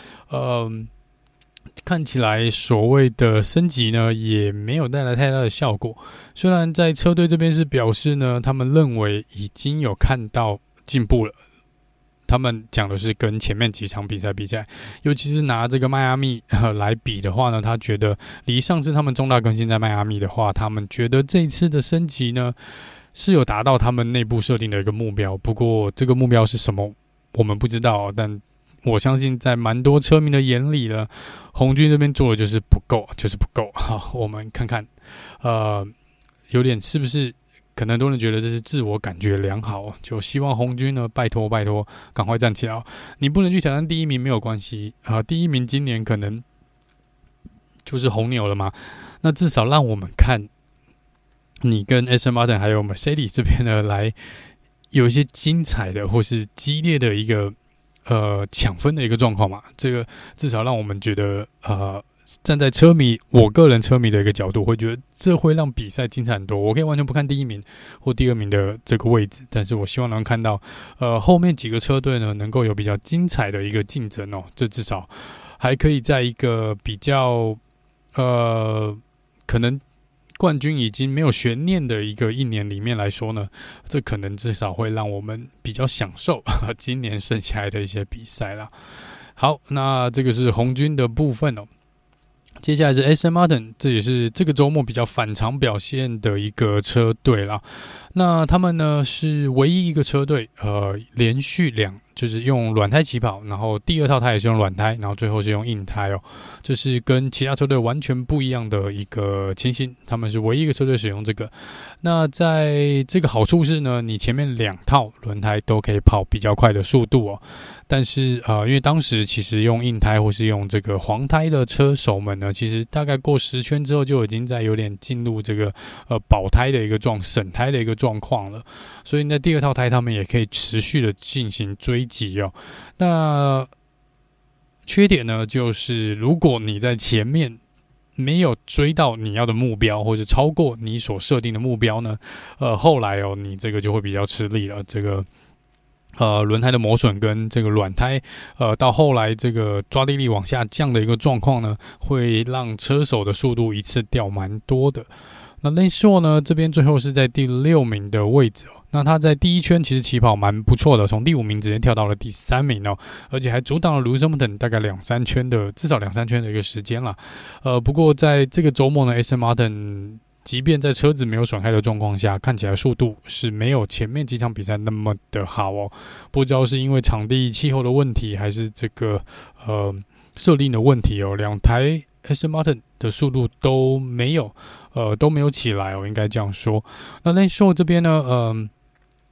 看起来所谓的升级呢，也没有带来太大的效果。虽然在车队这边是表示呢，他们认为已经有看到进步了。他们讲的是跟前面几场比赛比起来，尤其是拿这个迈阿密来比的话呢，他觉得离上次他们重大更新在迈阿密的话，他们觉得这一次的升级呢是有达到他们内部设定的一个目标。不过这个目标是什么，我们不知道，但我相信在蛮多车迷的眼里呢，红军这边做的就是不够，好，我们看看，有点是不是？可能很多人觉得这是自我感觉良好，就希望红军呢，拜托，赶快站起来！你不能去挑战第1名没有关系第1名今年可能就是红牛了嘛，那至少让我们看你跟 Aston Martin 还有 Mercedes 这边呢，来有一些精彩的或是激烈的一个抢分的一个状况嘛，这个至少让我们觉得站在我个人车迷的一个角度，会觉得这会让比赛精彩很多。我可以完全不看第1名或第2名的这个位置，但是我希望能看到，后面几个车队呢能够有比较精彩的一个竞争哦。这至少还可以在一个比较可能冠军已经没有悬念的一年里面来说呢，这可能至少会让我们比较享受今年剩下来的一些比赛啦。好，那这个是红军的部分哦。接下来是 Aston Martin， 这也是这个周末比较反常表现的一个车队啦。那他们呢是唯一一个车队，连续就是用软胎起跑，然后第2套胎也是用软胎，然后最后是用硬胎哦。这是跟其他车队完全不一样的一个情形，他们是唯一一个车队使用这个。那在这个好处是呢，你前面2套轮胎都可以跑比较快的速度哦。但是因为当时其实用硬胎或是用这个黄胎的车手们呢，其实大概过10圈之后就已经在有点进入这个保胎的一个省胎的一个状况了，所以在第2套胎他们也可以持续的进行追击哦。那缺点呢，就是如果你在前面没有追到你要的目标，或者超过你所设定的目标呢，后来你这个就会比较吃力了。这个轮胎的磨损跟这个软胎到后来这个抓地力往下降的一个状况呢，会让车手的速度一次掉蛮多的。那 Lance Stroll 呢，这边最后是在第6名的位置哦。那他在第1圈其实起跑蛮不错的，从第5名直接跳到了第3名哦，而且还阻挡了 Lewis Hamilton 大概至少2-3圈的一个时间啦。不过在这个周末呢 ，Aston Martin 即便在车子没有损害的状况下，看起来速度是没有前面几场比赛那么的好哦。不知道是因为场地气候的问题，还是这个设定的问题哦。2台 Aston Martin 的速度都没有起来哦，应该这样说。那 Lance Stroll 这边呢，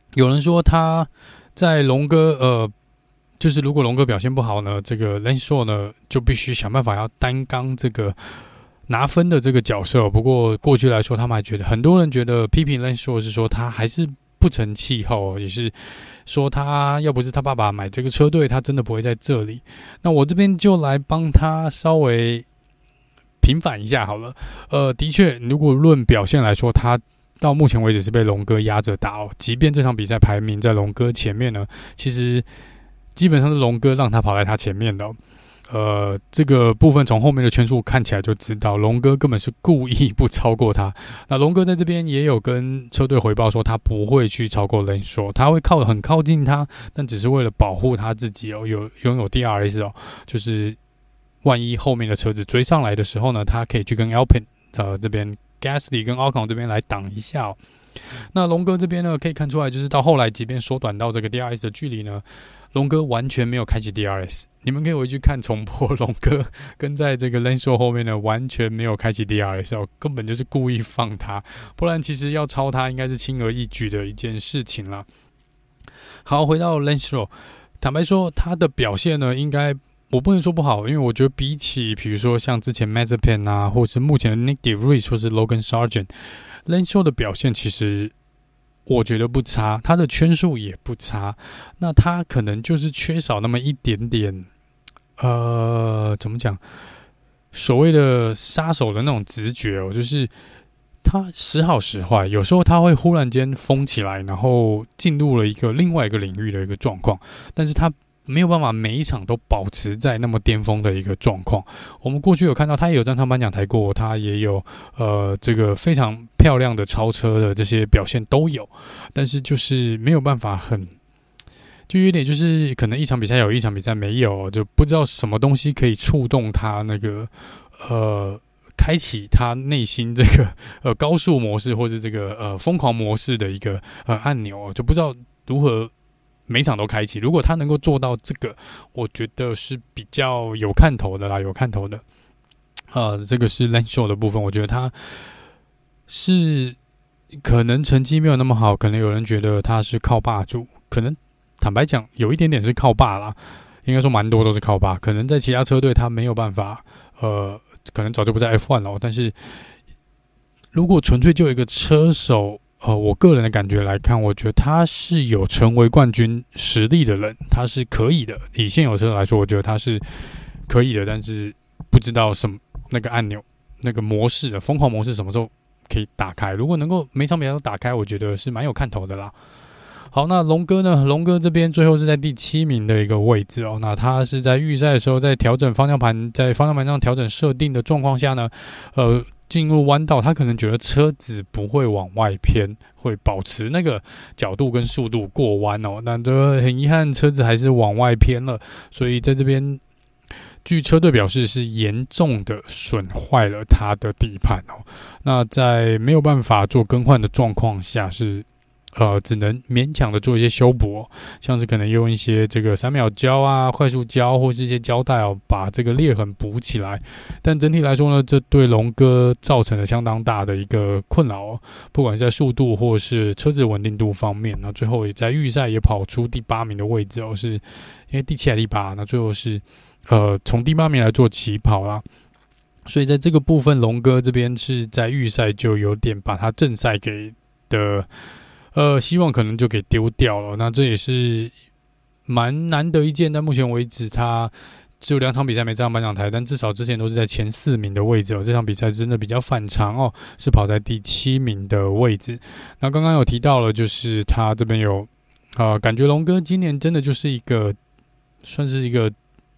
有人说他在龙哥就是如果龙哥表现不好呢，这个 Lance Stroll 呢就必须想办法要担纲这个拿分的这个角色。不过过去来说，他们还觉得很多人觉得批评 Lance Stroll 是说他还是不成气候，也是说他要不是他爸爸买这个车队，他真的不会在这里。那我这边就来帮他稍微平反一下好了。的确，如果论表现来说，他到目前为止是被龙哥压着打哦。即便这场比赛排名在龙哥前面呢，其实基本上是龙哥让他跑在他前面的这个部分从后面的圈数看起来就知道，龙哥根本是故意不超过他。那龙哥在这边也有跟车队回报说，他不会去超过 Lance Stroll， 他会很靠近他，但只是为了保护他自己拥有 DRS 就是万一后面的车子追上来的时候呢，他可以去跟 Alpine 这边 Gasly 跟 Ocon 这边来挡一下那龙哥这边呢，可以看出来，就是到后来，即便缩短到这个 DRS 的距离呢，龙哥完全没有开启 DRS。你们可以回去看重播，龙哥跟在这个 Lance Stroll 后面呢，完全没有开启 DRS 根本就是故意放他，不然其实要超他应该是轻而易举的一件事情啦。好，回到 Lance Stroll， 坦白说，他的表现呢，应该我不能说不好，因为我觉得比起比如说像之前 Mazepin 啊，或是目前的 Nick De Vries 或是 Logan Sargent。Lance Stroll 的表现其实我觉得不差，他的圈数也不差，那他可能就是缺少那么一点点怎么讲，所谓的杀手的那种直觉就是他时好时坏，有时候他会忽然间疯起来，然后进入了另外一个领域的一个状况，但是他没有办法每一场都保持在那么巅峰的一个状况。我们过去有看到他也有站上颁奖台过，他也有这个非常漂亮的超车的这些表现都有，但是就是没有办法就有点就是可能一场比赛有一场比赛没有，就不知道什么东西可以触动他那个开启他内心这个高速模式或者这个疯狂模式的一个按钮，就不知道如何每场都开启。如果他能够做到这个，我觉得是比较有看头的啦，有看头的。这个是 Lance Stroll 的部分，我觉得他是可能成绩没有那么好，可能有人觉得他是靠霸主，可能坦白讲有一点点是靠霸啦，应该说蛮多都是靠霸。可能在其他车队他没有办法，可能早就不在 F1 了。但是如果纯粹就有一个车手，我个人的感觉来看，我觉得他是有成为冠军实力的人，他是可以的。以现有车来说，我觉得他是可以的，但是不知道什么那个按钮、那个模式的疯狂模式什么时候可以打开。如果能够每场比赛都打开，我觉得是蛮有看头的啦。好，那龙哥呢？龙哥这边最后是在第7名的一个位置那他是在预赛的时候，在调整方向盘，在方向盘上调整设定的状况下呢，进入弯道，他可能觉得车子不会往外偏，会保持那个角度跟速度过弯那就很遗憾，车子还是往外偏了，所以在这边，据车队表示是严重的损坏了他的底盘那在没有办法做更换的状况下是。只能勉强的做一些修补像是可能用一些这个3秒胶啊、快速胶或是一些胶带把这个裂痕补起来。但整体来说呢，这对龙哥造成了相当大的一个困扰不管是在速度或是车子稳定度方面。那最后也在预赛也跑出第8名的位置是因为第7还是第8，那最后是从第8名来做起跑啦。所以在这个部分，龙哥这边是在预赛就有点把他正赛给的。希望可能就给丢掉了，那这也是蛮难得一见。但目前为止，他只有2场比赛没站上颁奖台，但至少之前都是在前4名的位置这场比赛真的比较反常是跑在第7名的位置。那刚刚有提到了，就是他这边有感觉龙哥今年真的就是一个算是一个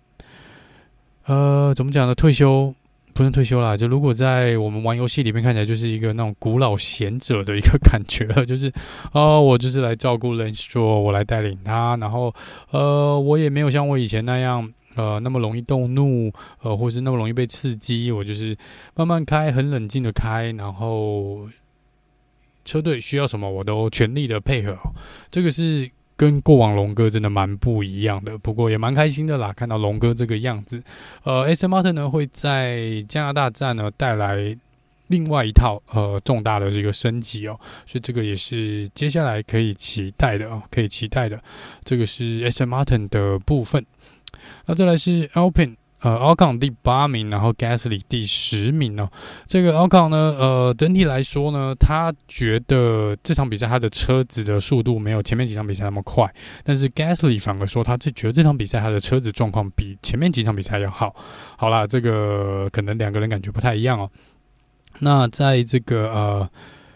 怎么讲呢？不能退休啦，就如果在我们玩游戏里面看起来就是一个那种古老贤者的一个感觉了，就是我就是来照顾 Lance Stroll， 我来带领他，然后我也没有像我以前那样那么容易动怒，或是那么容易被刺激，我就是慢慢开，很冷静的开，然后车队需要什么我都全力的配合，这个是。跟过往龙哥真的蛮不一样的，不过也蛮开心的啦，看到龙哥这个样子。Aston Martin 呢会在加拿大站呢带来另外一套重大的这个升级哦，所以这个也是接下来可以期待的哦，可以期待的。这个是 Aston Martin 的部分，那再来是 Alpine。Ocon 第8名，然后 Gasly 第10名哦。这个 Ocon 呢，整体来说呢，他觉得这场比赛他的车子的速度没有前面几场比赛那么快，但是 Gasly 反而说他觉得这场比赛他的车子状况比前面几场比赛要好。好啦，这个可能两个人感觉不太一样哦。那在这个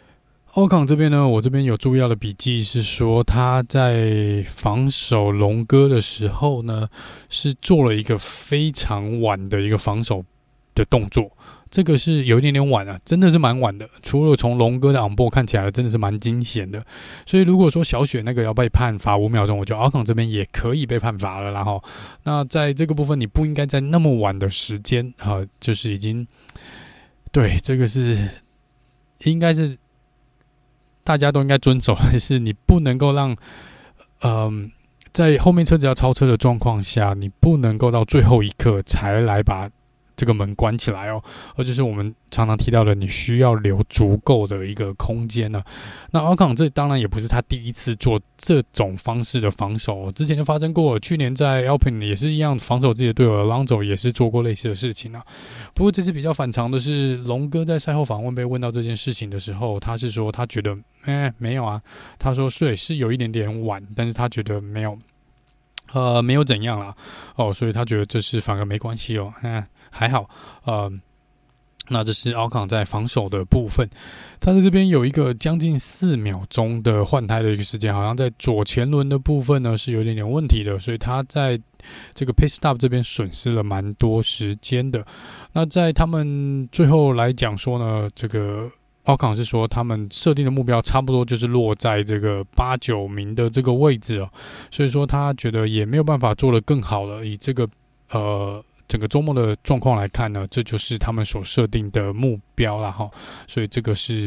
Ocon 这边呢，我这边有注意到的笔记是说，他在防守龙哥的时候呢，是做了一个非常晚的一个防守的动作。这个是有一点点晚啊，真的是蛮晚的。除了从龙哥的 on board 看起来真的是蛮惊险的。所以如果说小雪那个要被判罚5秒钟，我觉得 Ocon 这边也可以被判罚了。然后，那在这个部分你不应该在那么晚的时间就是已经。对，这个是应该是大家都应该遵守的，是你不能够让在后面车子要超车的状况下，你不能够到最后一刻才来把这个门关起来哦，而就是我们常常提到的，你需要留足够的一个空间呢。那Ocon这当然也不是他第一次做这种方式的防守，之前就发生过，去年在 Alpine 也是一样防守自己的队友 Alonso 也是做过类似的事情啊。不过这次比较反常的是，龙哥在赛后访问被问到这件事情的时候，他是说他觉得没有啊，他说是有一点点晚，但是他觉得没有怎样啦所以他觉得这是反而没关系哦，还好那这是Ocon在防守的部分，他在这边有一个将近4秒钟的换胎的一个时间，好像在左前轮的部分呢是有点问题的，所以他在这个 pit stop 这边损失了蛮多时间的。那在他们最后来讲说呢，这个Ocon是说他们设定的目标差不多就是落在这个8、9名的这个位置哦，所以说他觉得也没有办法做得更好了，以这个整个周末的状况来看呢，这就是他们所设定的目标啦齁，所以这个是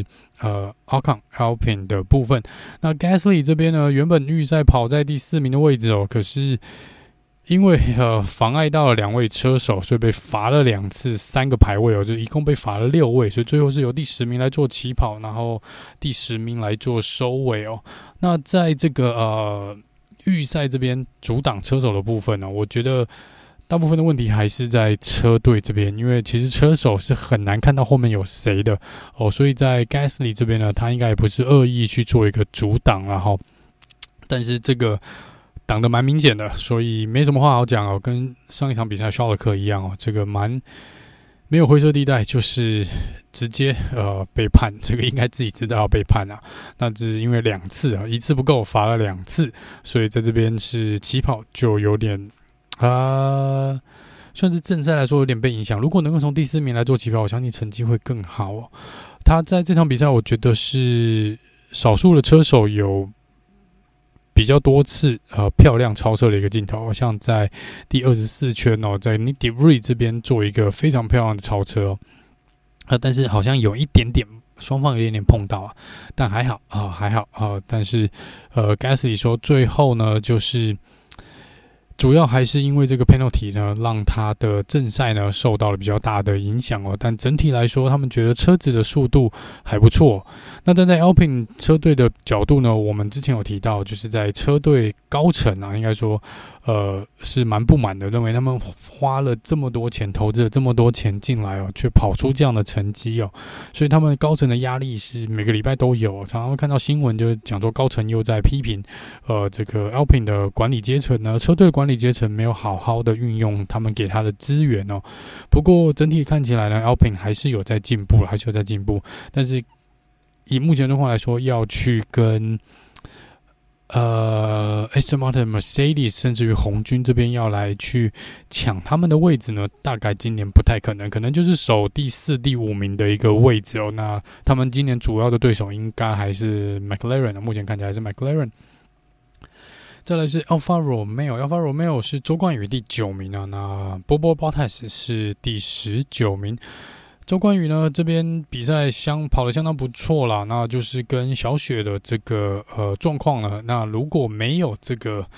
Ocon Alpine 的部分。那 Gasly 这边呢，原本预赛跑在第4名的位置哦，可是因为妨碍到了2位车手，所以被罚了2次3个排位哦，就一共被罚了6位，所以最后是由第10名来做起跑，然后第10名来做收尾哦。那在这个预赛这边阻挡车手的部分呢，我觉得大部分的问题还是在车队这边，因为其实车手是很难看到后面有谁的哦，所以在 Gasly 这边呢，他应该也不是恶意去做一个阻挡啦齁，但是这个挡得蛮明显的，所以没什么话好讲哦，跟上一场比赛肖尔克一样哦，这个蛮没有灰色地带，就是直接被判，这个应该自己知道要被判啊。那只是因为2次啊，一次不够，罚了2次，所以在这边是起跑就有点算是正赛来说有点被影响。如果能够从第4名来做起跑，我相信成绩会更好哦。他在这场比赛，我觉得是少数的车手有比较多次漂亮超车的一个镜头，像在第24圈哦，在 Nick de Vries 这边做一个非常漂亮的超车哦，但是好像有一点点双方有一点点碰到啊，但还好还好但是Gasly 说最后呢就是主要还是因为这个 penalty 呢，让他的正赛呢受到了比较大的影响哦。但整体来说，他们觉得车子的速度还不错。那站在 Alpine 车队的角度呢，我们之前有提到，就是在车队高层啊，应该说是蛮不满的，认为他们花了这么多钱，投资了这么多钱进来哦，却跑出这样的成绩哦，所以他们高层的压力是每个礼拜都有，常常会看到新闻就讲说高层又在批评这个 Alpine 的管理阶层呢，车队的管理阶层没有好好的运用他们给他的资源哦。不过整体看起来呢 ，Alpine 还是有在进步，但是以目前状况来说，要去跟Aston Martin、Mercedes 甚至于红军这边要来去抢他们的位置呢，大概今年不太可能，可能就是守第4、第5名的一个位置哦。那他们今年主要的对手应该还是 McLaren 目前看起来是 McLaren。再来是 Alfa Romeo 是周冠宇第9名啊，那 Bobo Bottas 是第19名。周冠宇呢，这边比赛跑得相当不错啦，那就是跟小雪的这个状况呢，那如果没有这个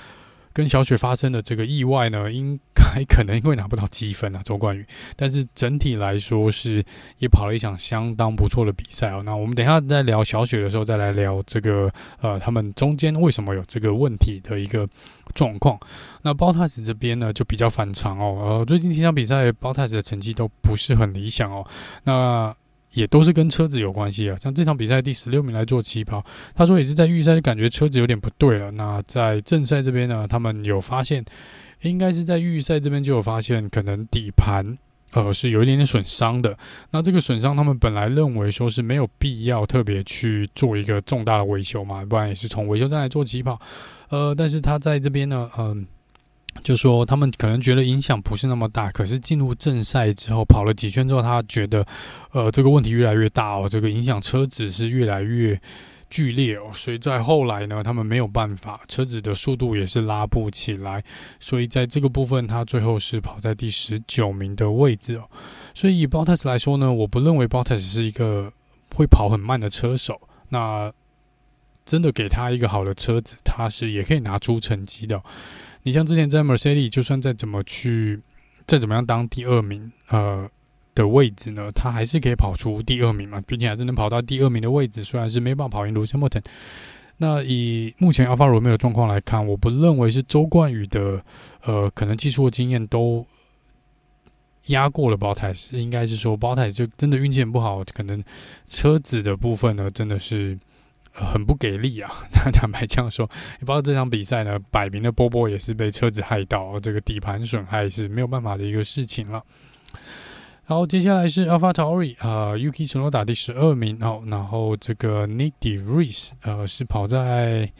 跟小雪发生的这个意外呢，应该可能因为拿不到积分啊，周冠宇。但是整体来说是也跑了一场相当不错的比赛哦。那我们等一下在聊小雪的时候，再来聊这个他们中间为什么有这个问题的一个状况。那 Bottas 这边呢就比较反常哦，最近几场比赛 Bottas 的成绩都不是很理想哦。那也都是跟车子有关系啊，像这场比赛第16名来做起跑，他说也是在预赛就感觉车子有点不对了。那在正赛这边呢，他们有发现，应该是在预赛这边就有发现，可能底盘是有一点点损伤的。那这个损伤他们本来认为说是没有必要特别去做一个重大的维修嘛，不然也是从维修站来做起跑。但是他在这边呢，就说他们可能觉得影响不是那么大，可是进入正赛之后跑了几圈之后，他觉得这个问题越来越大哦，这个影响车子是越来越剧烈哦，所以在后来呢，他们没有办法，车子的速度也是拉不起来，所以在这个部分他最后是跑在第19名的位置哦。所以以 Bottas 来说呢，我不认为 Bottas 是一个会跑很慢的车手，那真的给他一个好的车子，他是也可以拿出成绩的哦。你像之前在 Mercedes 就算再怎么样当第2名的位置呢，他还是可以跑出第2名嘛，毕竟还是能跑到第2名的位置，虽然是没办法跑赢 Lewis Hamilton。那以目前 Alfa Romeo 的状况来看，我不认为是周冠宇的可能技术的经验都压过了 Bottas， 应该是说 Bottas 就真的运气很不好，可能车子的部分呢真的是很不给力啊！坦白这样说，也包括这场比赛呢，摆明的波波也是被车子害到，这个底盘损害是没有办法的一个事情了。好，接下来是 AlphaTauri，Yuki Tsunoda 第12名哦，然后这个 Nick de Vries 是跑在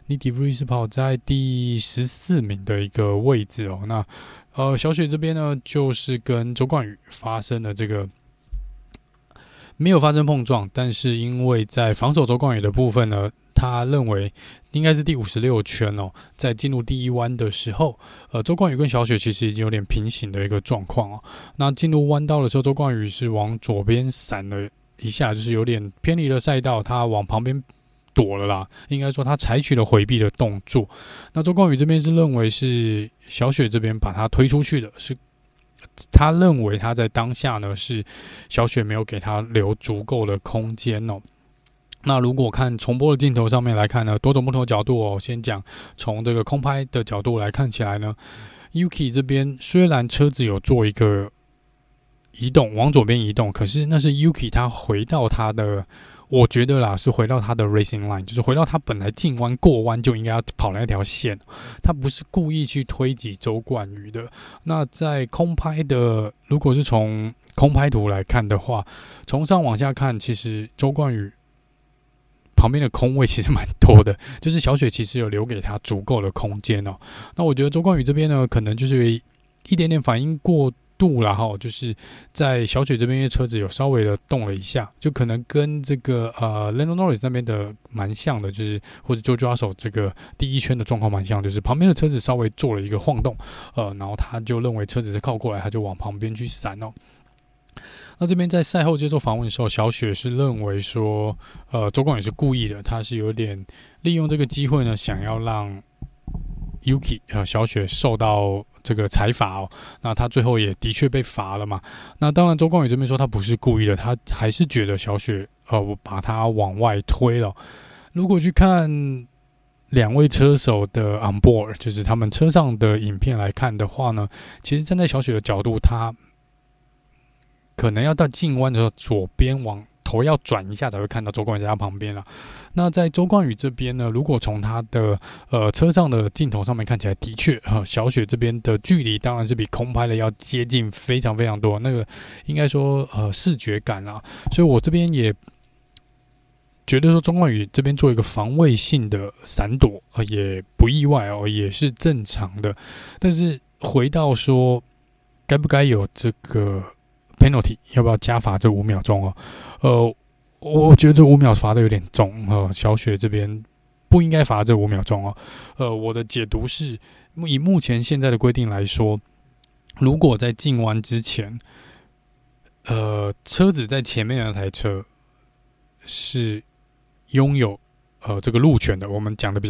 第14名的一个位置哦。那小雪这边呢，就是跟周冠宇发生了这个。没有发生碰撞，但是因为在防守周冠宇的部分呢，他认为应该是第56圈哦，在进入第1弯的时候，周冠宇跟小雪其实已经有点平行的一个状况哦。那进入弯道的时候，周冠宇是往左边闪了一下，就是有点偏离了赛道，他往旁边躲了啦，应该说他采取了回避的动作。那周冠宇这边是认为是小雪这边把他推出去的，是。他认为他在当下呢是小雪没有给他留足够的空间哦。那如果看重播的镜头上面来看呢，多种不同的角度哦。先讲从这个空拍的角度来看起来呢 ，Yuki 这边虽然车子有做一个移动，往左边移动，可是那是 Yuki 他回到他的。我觉得啦，是回到他的 racing line， 就是回到他本来进弯过弯就应该要跑那条线，他不是故意去推挤周冠宇的。那在空拍的，如果是从空拍图来看的话，从上往下看，其实周冠宇旁边的空位其实蛮多的，就是小雪其实有留给他足够的空间哦。那我觉得周冠宇这边呢，可能就是一点点反应过度啦齁，就是在小雪这边，因为车子有稍微的动了一下，就可能跟这个Lando Norris 那边的蛮像的，就是或者 Jojo Russell 这个第1圈的状况蛮像，就是旁边的车子稍微做了一个晃动，然后他就认为车子是靠过来，他就往旁边去闪哦。那这边在赛后接受访问的时候，小雪是认为说，周冠宇是故意的，他是有点利用这个机会呢，想要让 Yuki 小雪受到这个裁罚哦。那他最后也的确被罚了嘛。那当然周冠宇这边说他不是故意的，他还是觉得小雪我把他往外推了。如果去看2位车手的 on board， 就是他们车上的影片来看的话呢，其实站在小雪的角度，他可能要到进弯的时候，左边往头要转一下才会看到周冠宇在他旁边啦。那在周冠宇这边呢，如果从他的车上的镜头上面看起来，的确小雪这边的距离当然是比空拍的要接近非常非常多，那个应该说视觉感啦。所以我这边也觉得说周冠宇这边做一个防卫性的闪躲也不意外哦，也是正常的。但是回到说该不该有这个 penalty， 要不要加罚这5秒钟哦？我觉得这5秒罚的有点重小雪这边不应该罚这5秒钟哦。我的解读是，以目前现在的规定来说，如果在进弯之前，车子在前面的那台车是拥有这个路权的，我们讲的比较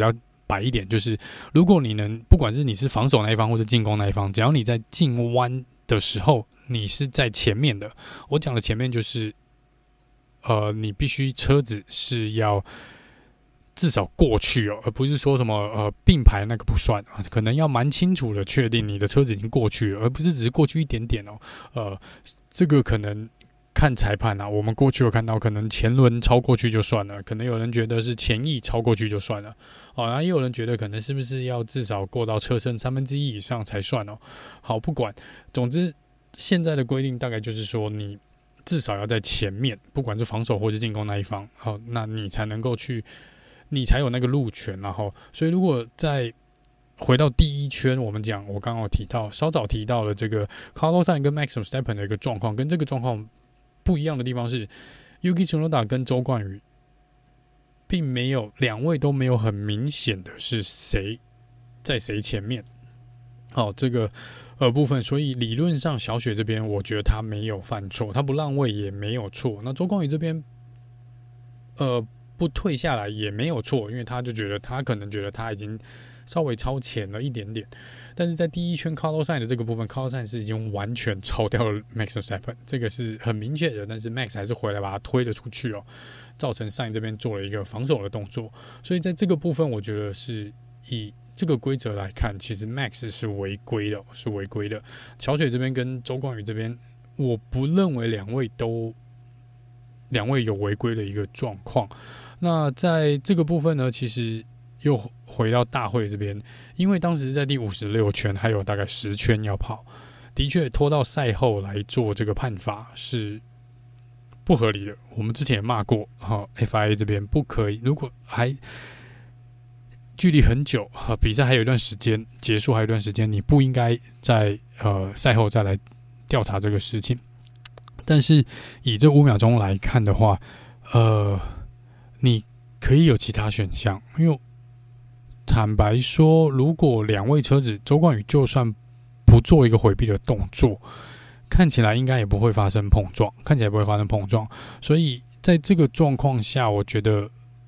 白一点，就是如果你能，不管是你是防守那一方或者进攻那一方，只要你在进弯的时候你是在前面的，我讲的前面就是你必须车子是要至少过去而不是说什么并排那个不算，可能要蛮清楚的确定你的车子已经过去了，而不是只是过去一点点这个可能看裁判我们过去有看到可能前轮超过去就算了，可能有人觉得是前翼超过去就算了然后也有人觉得可能是不是要至少过到车身1/3以上才算好，不管，总之现在的规定大概就是说你至少要在前面，不管是防守或是进攻那一方那你才能够去，你才有那个路权所以如果再回到第一圈，我刚刚有提到，稍早提到了这个 Carlos Sainz 跟 Max Verstappen 的一个状况，跟这个状况不一样的地方是 Yuki Tsunoda 跟周冠宇并没有，两位都没有很明显的是谁在谁前面这个部分，所以理论上小雪这边我觉得他没有犯错，他不让位也没有错，那周冠宇这边不退下来也没有错，因为他可能觉得他已经稍微超前了一点点，但是在第一圈 Carlos Sainz 的这个部分 Carlos Sainz 是已经完全超掉了 Max Verstappen， 这个是很明确的，但是 Max 还是回来把他推了出去造成 Sainz 这边做了一个防守的动作，所以在这个部分我觉得是以这个规则来看，其实 Max 是违规的，小雪这边跟周冠宇这边我不认为两位有违规的一个状况。那在这个部分呢，其实又回到大会这边，因为当时在第56圈还有大概10圈要跑，的确拖到赛后来做这个判罚是不合理的。我们之前也骂过FIA 这边不可以，如果还距离很久比赛还有一段时间结束，还有一段时间，你不应该在赛后再来调查这个事情。但是以这5秒钟来看的话，你可以有其他选项，因为坦白说，如果两位车子周冠宇就算不做一个回避的动作，看起来应该也不会发生碰撞，所以在这个状况下，我觉得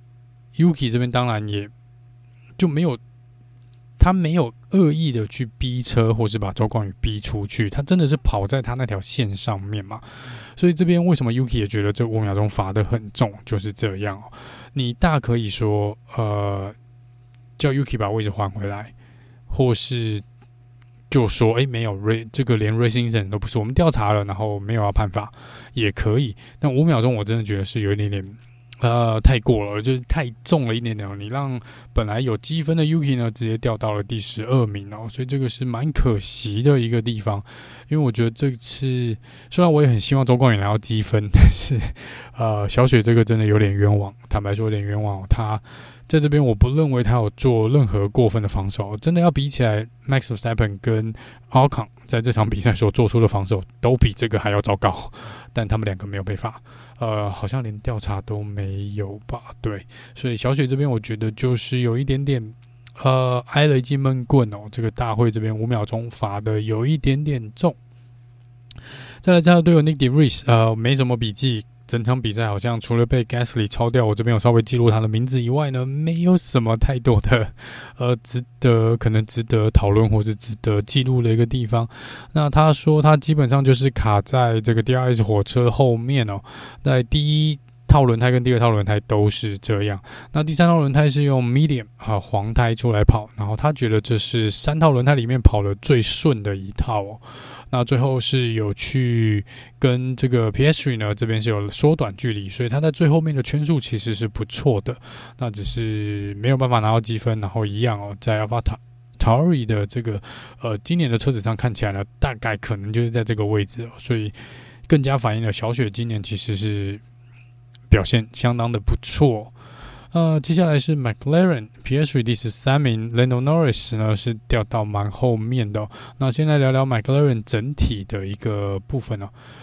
Yuki 这边当然也就他没有恶意的去逼车，或是把周冠宇逼出去，他真的是跑在他那条线上面嘛。所以这边为什么 Yuki 也觉得这5秒钟罚得很重，就是这样你大可以说叫 Yuki 把位置还回来，或是就说没有这个连 Racing Incident 都不是，我们调查了，然后没有要判罚也可以。但5秒钟我真的觉得是有一点点太过了，就是太重了一点点，你让本来有积分的 Yuki 呢直接掉到了第12名所以这个是蛮可惜的一个地方。因为我觉得这次虽然我也很希望周冠宇拿到积分，但是小雪这个真的有点冤枉，坦白说有点冤枉他在这边我不认为他有做任何过分的防守，真的要比起来 Max Verstappen 跟 Ocon 在这场比赛所做出的防守都比这个还要糟糕，但他们两个没有被罚好像连调查都没有吧，对，所以小雪这边我觉得就是有一点点挨了一记闷棍这个大会这边5秒钟罚的有一点点重。再来加入队友 Nick DeVries 没什么笔记，整场比赛好像除了被 Gasly 超掉，我这边有稍微记录他的名字以外呢，没有什么太多的可能值得讨论或者值得记录的一个地方。那他说他基本上就是卡在这个 DRS 火车后面在第一套轮胎跟第二套轮胎都是这样，那第三套轮胎是用 medium 黄胎出来跑，然后他觉得这是3套轮胎里面跑得最顺的一套那最后是有去跟这个 Piastri 呢这边是有缩短距离，所以他在最后面的圈数其实是不错的，那只是没有办法拿到积分，然后一样在 AlphaTauri 的这个今年的车子上看起来呢，大概可能就是在这个位置所以更加反映了小雪今年其实是表现相当的不错。接下来是 McLaren Piastri 第13名 Lando Norris 呢是掉到蛮后面的那先来聊聊 McLaren 整体的一个部分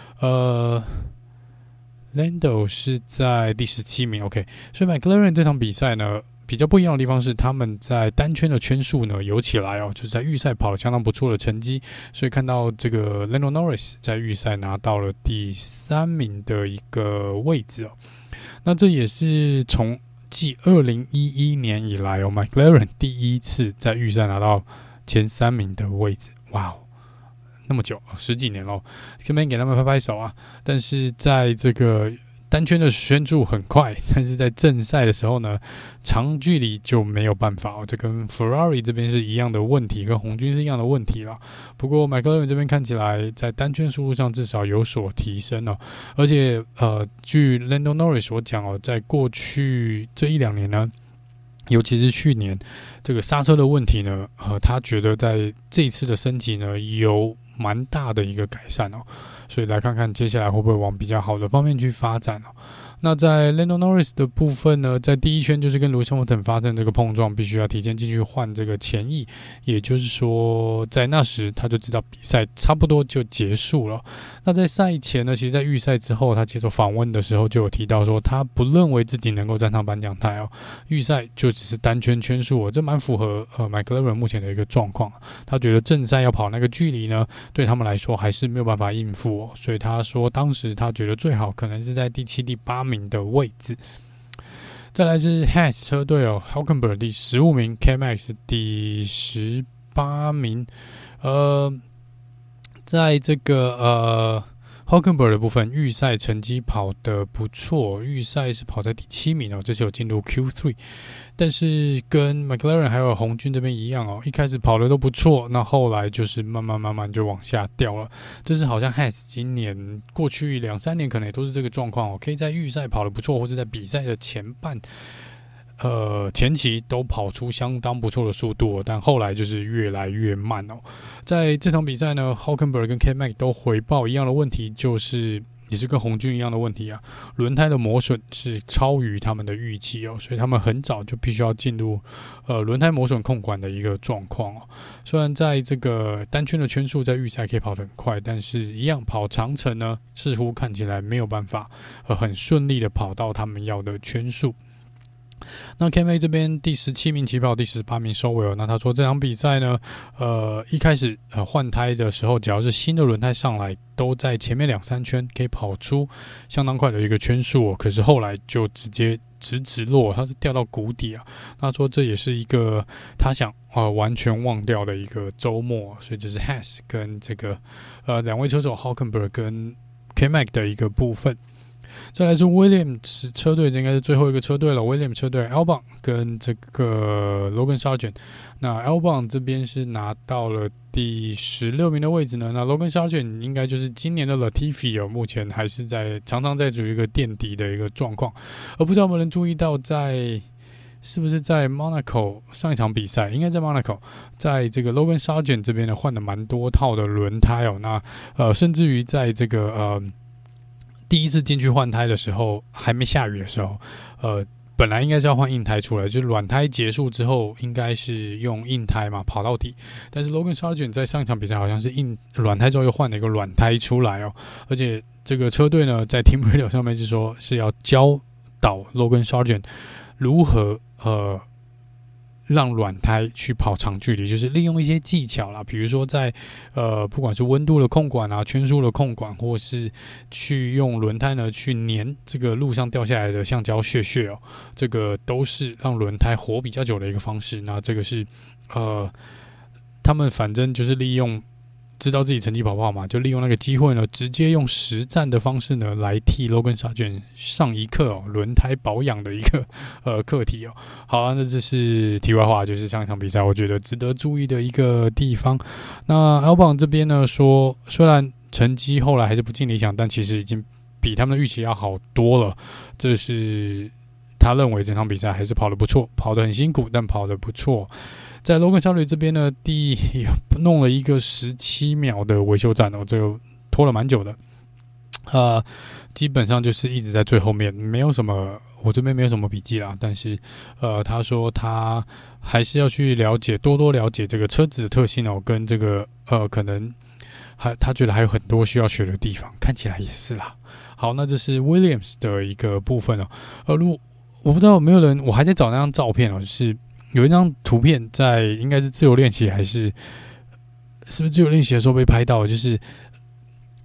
Lando 是在第17名 OK， 所以 McLaren 这场比赛呢比较不一样的地方是他们在单圈的圈数呢有起来就是在预赛跑了相当不错的成绩，所以看到这个 Lando Norris 在预赛拿到了第3名的一个位置那这也是从继2011年以来McLaren 第一次在预赛拿到前3名的位置，哇哦，那么久10几年咯，这边给他们拍拍手啊！但是在这个单圈的圈速很快，但是在正赛的时候呢，长距离就没有办法这跟 Ferrari 这边是一样的问题，跟红军是一样的问题啦。不过 McLaren 这边看起来在单圈速度上至少有所提升而且据 Lando Norris 所讲在过去这1-2年呢，尤其是去年这个刹车的问题呢，他觉得在这一次的升级呢有蛮大的一个改善所以来看看接下来会不会往比较好的方面去发展那在 Lando Norris 的部分呢，在第一圈就是跟Lewis Hamilton发生这个碰撞，必须要提前进去换这个前翼，也就是说在那时他就知道比赛差不多就结束了。那在赛前呢，其实在预赛之后他接受访问的时候就有提到说，他不认为自己能够站上颁奖台预赛就只是单圈圈数这蛮符合McLaren 目前的一个状况。他觉得正赛要跑那个距离呢，对他们来说还是没有办法应付所以他说当时他觉得最好可能是在第7、第8名的位置。再来是 Haas 车队Hülkenberg 第15名 K-Max 第18名在这个Hülkenberg 的部分预赛成绩跑得不错，预赛是跑在第7名这是有进入 Q3， 但是跟 McLaren 还有红军这边一样一开始跑得都不错，那后来就是慢慢就往下掉了。这是好像 Haas 今年过去2-3年可能也都是这个状况可以在预赛跑得不错，或是在比赛的前半前期都跑出相当不错的速度但后来就是越来越慢在这场比赛呢 Hülkenberg 跟 K-Max 都回报一样的问题，就是也是跟红军一样的问题轮胎的磨损是超于他们的预期所以他们很早就必须要进入轮胎磨损控管的一个状况虽然在这个单圈的圈数在预赛可以跑得很快，但是一样跑长程呢，似乎看起来没有办法很顺利的跑到他们要的圈数。那 K-Max 这边第17名起跑，第18名收尾那他说这场比赛呢，一开始换胎的时候，只要是新的轮胎上来，都在前面2-3圈可以跑出相当快的一个圈数可是后来就直接直落，他是掉到谷底他说这也是一个他想完全忘掉的一个周末，所以这是 Haas 跟这个2位车手 Hülkenberg 跟 K-Max 的一个部分。再来是 Williams 车队，这应该是最后一个车队了。Williams 车队 Albon 跟这个 Logan Sargent， 那 Albon 这边是拿到了第16名的位置呢。那 Logan Sargent 应该就是今年的 Latifi 目前还是常常在处于一个垫底的一个状况。而不知道有没有人注意到是不是在 Monaco 上一场比赛，应该在 Monaco， 在这个 Logan Sargent 这边呢换了蛮多套的轮胎那甚至于在这个第一次进去换胎的时候，还没下雨的时候，本来应该是要换硬胎出来，就是软胎结束之后，应该是用硬胎嘛跑到底。但是 Logan Sargent 在上一场比赛好像是软胎之后又换了一个软胎出来而且这个车队呢在 Team Radio 上面是说是要教导 Logan Sargent 如何让软胎去跑长距离，就是利用一些技巧啦，比如说在不管是温度的控管圈数的控管，或是去用轮胎呢去粘这个路上掉下来的橡胶屑这个都是让轮胎活比较久的一个方式。那这个是他们反正就是利用知道自己成绩跑不好嘛，就利用那个机会呢，直接用实战的方式呢来替 Logan Sargent 上一课轮胎保养的一个课题好那这是题外话，就是上一场比赛我觉得值得注意的一个地方。那 Albon 这边呢说，虽然成绩后来还是不尽理想，但其实已经比他们的预期要好多了。这是他认为这场比赛还是跑得不错，跑得很辛苦，但跑得不错。在 Logan Sargent 这边呢，弄了一个17秒的维修站这个拖了蛮久的。基本上就是一直在最后面，没有什么，我这边没有什么笔记啦。但是他说他还是要去多多了解这个车子的特性跟这个可能他觉得还有很多需要学的地方，看起来也是啦。好，那这是 Williams 的一个部分我不知道有没有人，我还在找那张照片就是有一张图片在应该是自由练习是不是自由练习的时候被拍到，就是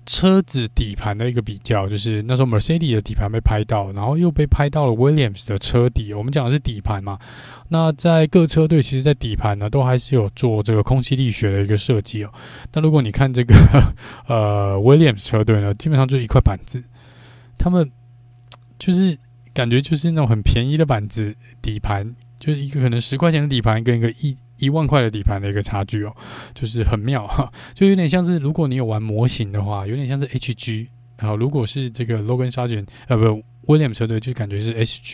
车子底盘的一个比较，就是那时候 Mercedes 的底盘被拍到，然后又被拍到了 Williams 的车底。我们讲的是底盘嘛，那在各车队其实在底盘呢都还是有做这个空气力学的一个设计哦。但如果你看这个Williams 车队呢，基本上就是一块板子，他们就是感觉就是那种很便宜的板子底盘，就是一个可能10块钱的底盘跟一个1万块的底盘的一个差距哦，就是很妙哈，就有点像是如果你有玩模型的话，有点像是 HG， 然后如果是这个 Logan Sargent Williams 车队就感觉是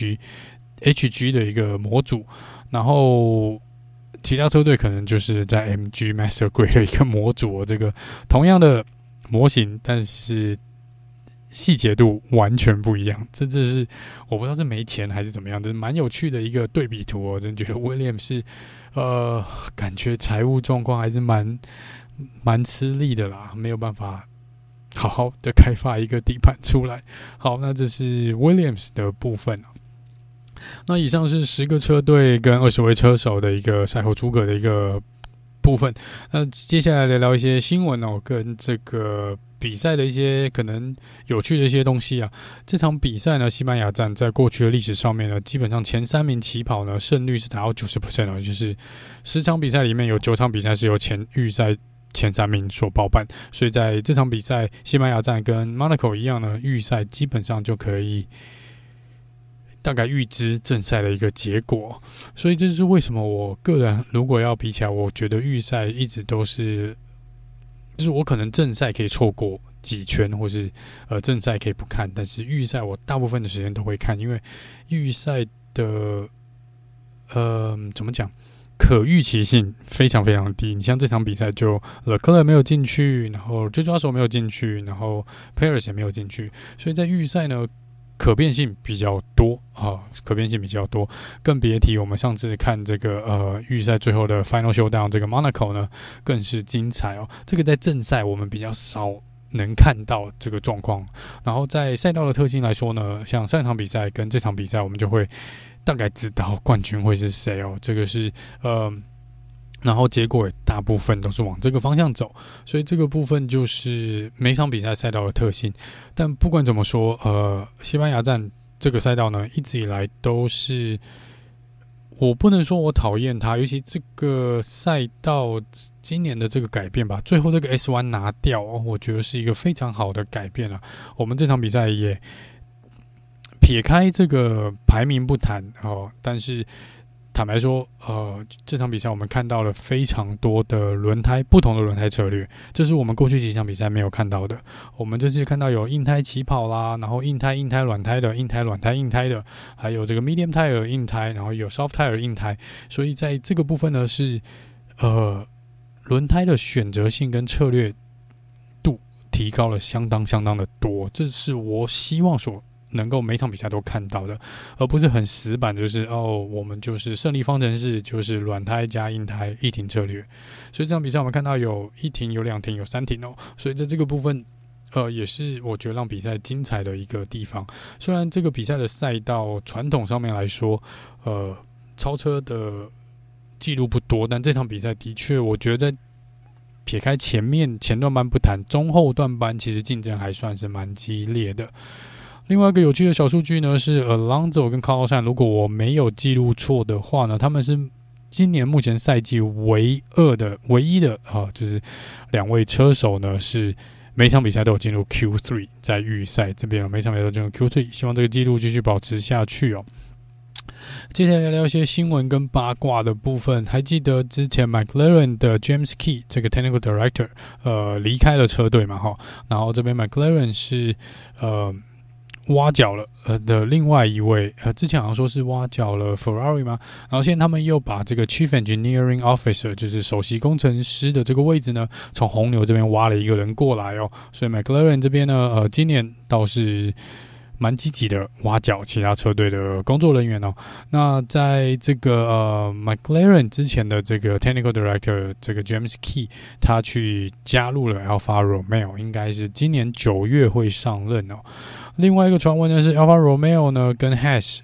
HG 的一个模组，然后其他车队可能就是在 MG Master Grade 的一个模组哦，这个同样的模型，但是细节度完全不一样，这是我不知道是没钱还是怎么样，这是蛮有趣的一个对比图哦。真觉得 Williams 是感觉财务状况还是蛮吃力的啦，没有办法好好的开发一个底盘出来。好，那这是 Williams 的部分。那以上是10个车队跟20位车手的一个赛后诸葛的一个部分。那接下来聊一些新闻哦，跟这个比赛的一些可能有趣的一些东西啊。这场比赛呢，西班牙站在过去的历史上面呢，基本上前3名起跑呢，胜率是达到 90% 哦，就是10场比赛里面有9场比赛是由预赛前3名所包办，所以在这场比赛，西班牙站跟 Monaco 一样呢，预赛基本上就可以大概预知正赛的一个结果，所以这就是为什么我个人如果要比起来，我觉得预赛一直都是，就是我可能正赛可以错过几圈，或是正赛可以不看，但是预赛我大部分的时间都会看，因为预赛的怎么讲？可预期性非常非常低。你像这场比赛就Leclerc没有进去，然后追抓手没有进去，然后 Perez 也没有进去，所以在预赛呢可变性比较多啊，可变性比较多，更别提我们上次看这个预赛最后的 Final Showdown 这个 Monaco 呢更是精彩哦。这个在正赛我们比较少能看到这个状况，然后在赛道的特性来说呢，像上一场比赛跟这场比赛，我们就会大概知道冠军会是谁哦。这个是然后结果也大部分都是往这个方向走，所以这个部分就是每场比赛赛道的特性。但不管怎么说，西班牙站这个赛道呢，一直以来都是，我不能说我讨厌它，尤其这个赛道今年的这个改变吧，最后这个 S1 拿掉我觉得是一个非常好的改变啊。我们这场比赛也撇开这个排名不谈但是坦白说，这场比赛我们看到了非常多的不同的轮胎策略，这是我们过去几场比赛没有看到的。我们这次看到有硬胎起跑啦，然后硬胎软胎的，硬胎软胎硬胎的，还有这个 medium tire 硬胎，然后有 soft tire 硬胎。所以在这个部分呢，是轮胎的选择性跟策略度提高了相当的多，这是我希望能够每场比赛都看到的，而不是很死板，就是我们就是胜利方程式，就是软胎加硬胎一停策略。所以这场比赛我们看到有1停、有2停、有3停哦。所以在这个部分，也是我觉得让比赛精彩的一个地方。虽然这个比赛的赛道传统上面来说，超车的记录不多，但这场比赛的确，我觉得在撇开前段班不谈，中后段班其实竞争还算是蛮激烈的。另外一个有趣的小数据呢，是 Alonso 跟 Carlos Sainz， 如果我没有记录错的话呢，他们是今年目前赛季唯一的就是2位车手呢是每场比赛都有进入 Q3， 在预赛这边每场比赛都进入 Q3， 希望这个记录继续保持下去哦。接下来聊一些新闻跟八卦的部分。还记得之前 McLaren 的 James Key 这个 Technical Director 离开了车队嘛然后这边 McLaren 是挖角了的另外一位之前好像说是挖角了 Ferrari 嘛，然后现在他们又把这个 Chief Engineering Officer 就是首席工程师的这个位置呢，从红牛这边挖了一个人过来所以 McLaren 这边呢今年倒是蛮积极的挖角其他车队的工作人员那在这个McLaren 之前的这个 Technical Director 这个 James Key， 他去加入了 Alfa Romeo， 应该是今年9月会上任另外一个传闻呢是 Alfa Romeo 呢跟 Haas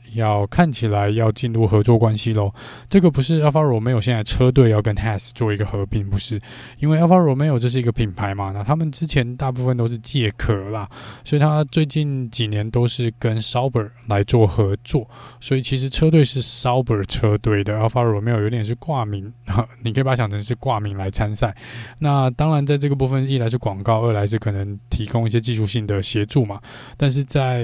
看起来要进入合作关系咯。这个不是 Alfa Romeo 现在车队要跟 Haas 做一个合并，不是，因为 Alfa Romeo 这是一个品牌嘛，那他们之前大部分都是借壳啦，所以他最近几年都是跟 Sauber 来做合作，所以其实车队是 Sauber 车队的 Alfa Romeo 有点是挂名，你可以把它想成是挂名来参赛。那当然在这个部分，一来是广告，二来是可能提供一些技术性的协助嘛，但是在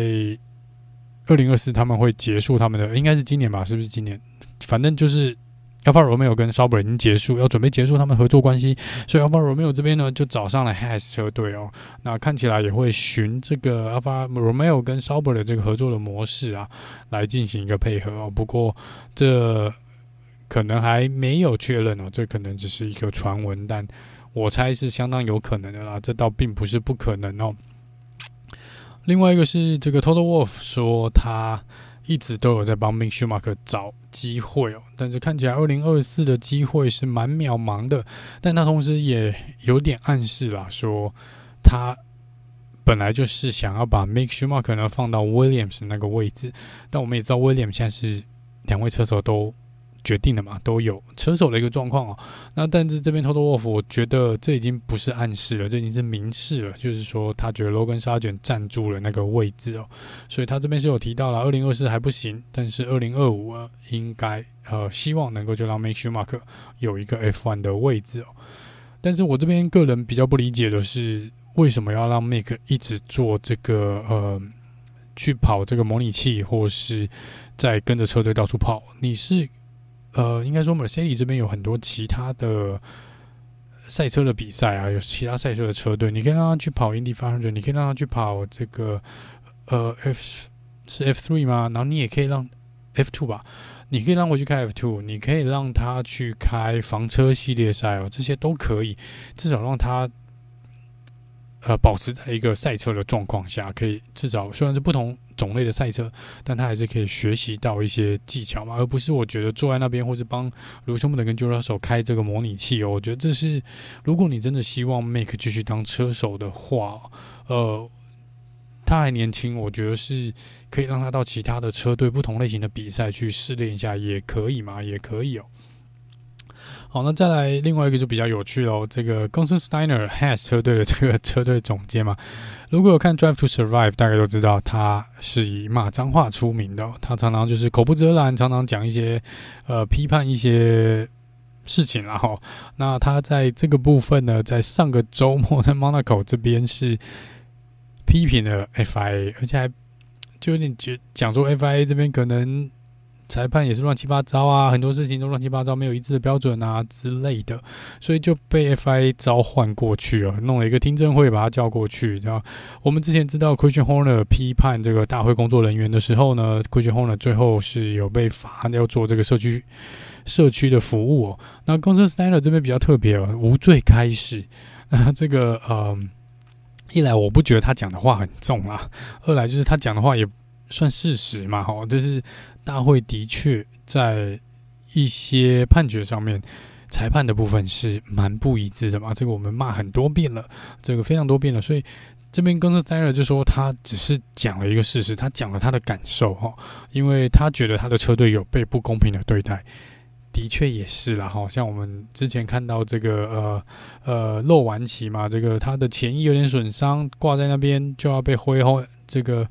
2024他们会结束他们的，应该是今年吧，是不是今年？反正就是Alfa Romeo 跟 Sauber 已经结束，要准备结束他们合作关系，所以 Alfa Romeo 这边呢就找上了 Haas 车队哦。那看起来也会循这个 Alfa Romeo 跟 Sauber 的这个合作的模式啊，来进行一个配合哦。不过这可能还没有确认哦，这可能只是一个传闻，但我猜是相当有可能的啦，这倒并不是不可能哦。另外一个是这个 Toto Wolff 说他一直都有在帮 Mick Schumacher 找机会哦，但是看起来2024的机会是蛮渺茫的，但他同时也有点暗示啦，说他本来就是想要把 Mick Schumacher 呢放到 Williams 那个位置，但我们也知道 Williams 现在是两位车手都决定了嘛，都有车手的一个状况哦。那但是这边 Toto Wolff 我觉得这已经不是暗示了，这已经是明示了，就是说他觉得 Logan Sargeant 占住了那个位置哦，所以他这边是有提到了2024还不行，但是2025应该希望能够就让 Mick Schumacher 有一个 F1 的位置哦。但是我这边个人比较不理解的是，为什么要让 Mick 一直做这个去跑这个模拟器，或是在跟着车队到处跑？你是应该说 Mercedes 这边有很多其他的赛车的比赛啊，有其他赛车的车队，你可以让他去跑 Indy 500，你可以让他去跑这个是 F3 吗？然后你也可以让 F2 吧，你可以让我去开 F2， 你可以让他去开房车系列赛哦，这些都可以，至少让他保持在一个赛车的状况下，可以至少虽然是不同种类的赛车，但他还是可以学习到一些技巧嘛，而不是我觉得坐在那边或是帮卢森堡跟 Joe Russell 开这个模拟器哦。我觉得这是，如果你真的希望 Mick 继续当车手的话，他还年轻，我觉得是可以让他到其他的车队不同类型的比赛去试炼一下，也可以嘛，也可以哦。好，那再来另外一个就比较有趣咯，这个公司 Steiner Haas 车队的这个车队总监嘛，如果有看 Drive to Survive 大概都知道他是以骂脏话出名的哦，他常常就是口不择言，常常讲一些批判一些事情啦齁。那他在这个部分呢，在上个周末在 Monaco 这边是批评了 FIA， 而且还就有点讲说 FIA 这边可能裁判也是乱七八糟啊，很多事情都乱七八糟，没有一致的标准啊之类的，所以就被 FIA 召唤过去了，弄了一个听证会把他叫过去。然后我们之前知道 Christian Horner 批判这个大会工作人员的时候呢， Christian Horner 最后是有被罚要做这个社区的服务哦。那公司 Steiner 这边比较特别哦，无罪开释。这个一来我不觉得他讲的话很重啦，二来就是他讲的话也算事实嘛，就是大会的确在一些判决上面，裁判的部分是蛮不一致的嘛，这个我们骂很多遍了，这个非常多遍了，所以这边公司 Steiner 就说他只是讲了一个事实，他讲了他的感受，因为他觉得他的车队有被不公平的对待。的确也是啦，像我们之前看到这个漏完旗嘛，这个他的前翼有点损伤，挂在那边就要被挥这个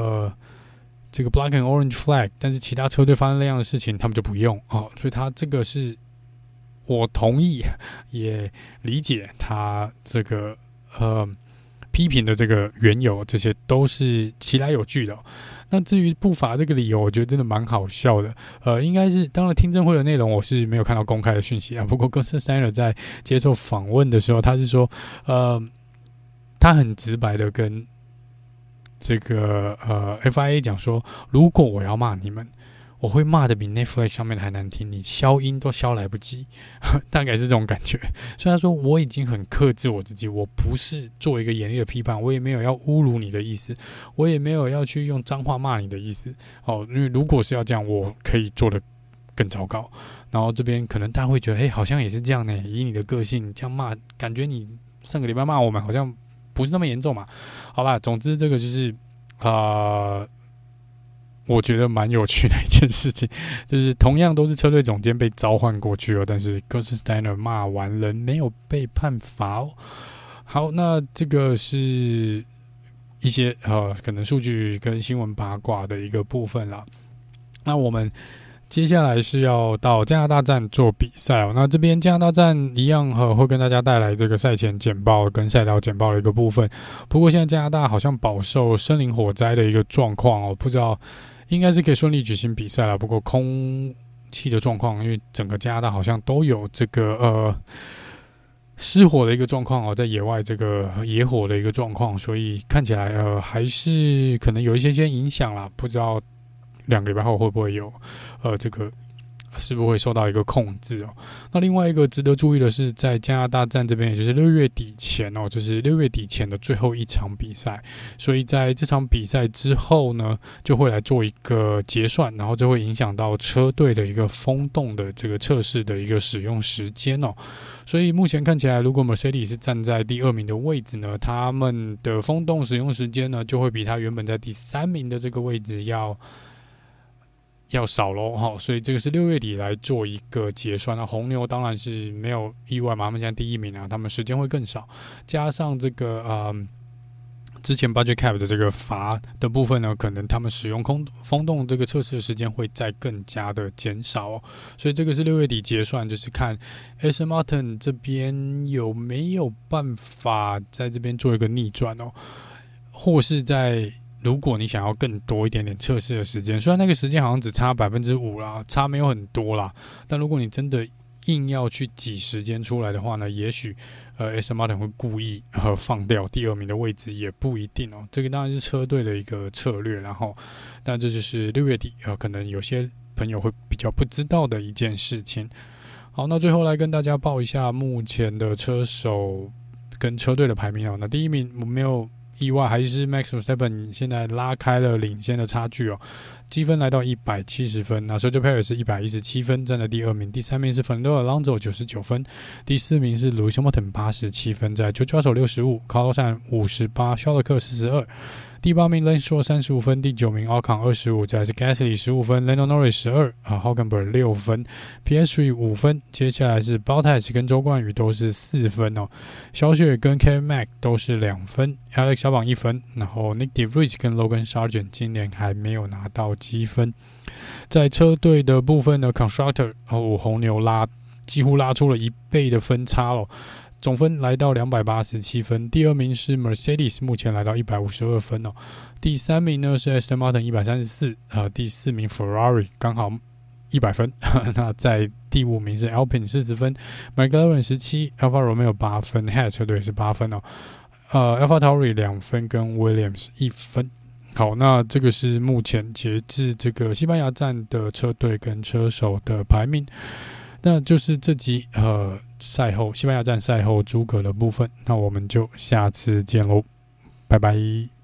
Black and Orange Flag， 但是其他车队发生那样的事情，他们就不用哦，所以他这个是我同意也理解他这个批评的这个缘由，这些都是其来有据的哦。那至于不罚这个理由，我觉得真的蛮好笑的。应该是当然听证会的内容我是没有看到公开的讯息啊。不过公司 Steiner 在接受访问的时候，他是说，他很直白的跟这个FIA 讲说，如果我要骂你们，我会骂的比 Netflix 上面的还难听，你消音都消来不及，大概是这种感觉。所以他说我已经很克制我自己，我不是做一个严厉的批判，我也没有要侮辱你的意思，我也没有要去用脏话骂你的意思。因为如果是要这样，我可以做得更糟糕。然后这边可能大家会觉得，好像也是这样呢，以你的个性这样骂，感觉你上个礼拜骂我们好像不是那么严重嘛。好啦，总之这个就是我觉得蛮有趣的一件事情，就是同样都是车队总监被召唤过去了，但是 Gunther Steiner 骂完人没有被判罚哦。好，那这个是一些可能数据跟新闻八卦的一个部分啦。那我们接下来是要到加拿大站做比赛哦。那这边加拿大站一样会跟大家带来这个赛前简报跟赛道简报的一个部分。不过现在加拿大好像饱受森林火灾的一个状况哦，不知道应该是可以顺利举行比赛了。不过空气的状况，因为整个加拿大好像都有这个失火的一个状况哦，在野外这个野火的一个状况，所以看起来还是可能有一些影响啦。不知道2个礼拜后会不会有这个是不是会受到一个控制哦？那另外一个值得注意的是，在加拿大站这边，也就是6月底前哦，就是6月底前的最后一场比赛，所以在这场比赛之后呢，就会来做一个结算，然后就会影响到车队的一个风洞的这个测试的一个使用时间哦。所以目前看起来，如果 Mercedes 是站在第2名的位置呢，他们的风洞使用时间呢，就会比他原本在第3名的这个位置要少咯，所以这个是6月底来做一个结算。那红牛当然是没有意外嘛，他们现在第1名啊，他们时间会更少，加上这个之前 budget cap 的这个罚的部分呢，可能他们使用风洞这个测试的时间会再更加的减少哦。所以这个是6月底结算，就是看 Aston Martin 这边有没有办法在这边做一个逆转哦，或是在如果你想要更多一点点测试的时间，虽然那个时间好像只差 5% 啦，差没有很多啦，但如果你真的硬要去挤时间出来的话呢，也许Aston Martin 会故意放掉第2名的位置，也不一定哦。这个当然是车队的一个策略，然后但这就是6月底可能有些朋友会比较不知道的一件事情。好，那最后来跟大家报一下目前的车手跟车队的排名哦。那第1名我没有意外，还是 Max Verstappen 现在拉开了领先的差距哦，积分来到170分。那 Sergio Perez 是117分，占了第2名。第3名是 Fernando Alonso 99分，第4名是 Lewis Hamilton 87分，在George Russell 65， Carlos Sainz 58， Charles Leclerc 42。第8名 Lance Stroll 35分，第9名 Ocon 25，再来是 Gasly 15分， Lando Norris 12， Hülkenberg 6分， Piastri 5分，接下来是 Bottas 跟周冠宇都是4分哦，小雪跟 Kevin Mack 都是2分， Alex 小榜1分，然后 Nick De Vries 跟 Logan Sargent 今年还没有拿到积分。在车队的部分呢， Constructor 红牛几乎拉出了1倍的分差了，总分来到287分。第2名是 Mercedes， 目前来到152分哦。第3名呢是 Aston Martin 134，第4名 Ferrari 刚好100分。那在第5名是 Alpine 40分， McLaren 17， Alfa Romeo 8分， Haas 车队是8分哦。AlphaTauri 2分跟 Williams 1分。好，那这个是目前截至这个西班牙站的车队跟车手的排名。那就是这集赛后西班牙站赛后诸葛的部分，那我们就下次见喽，拜拜。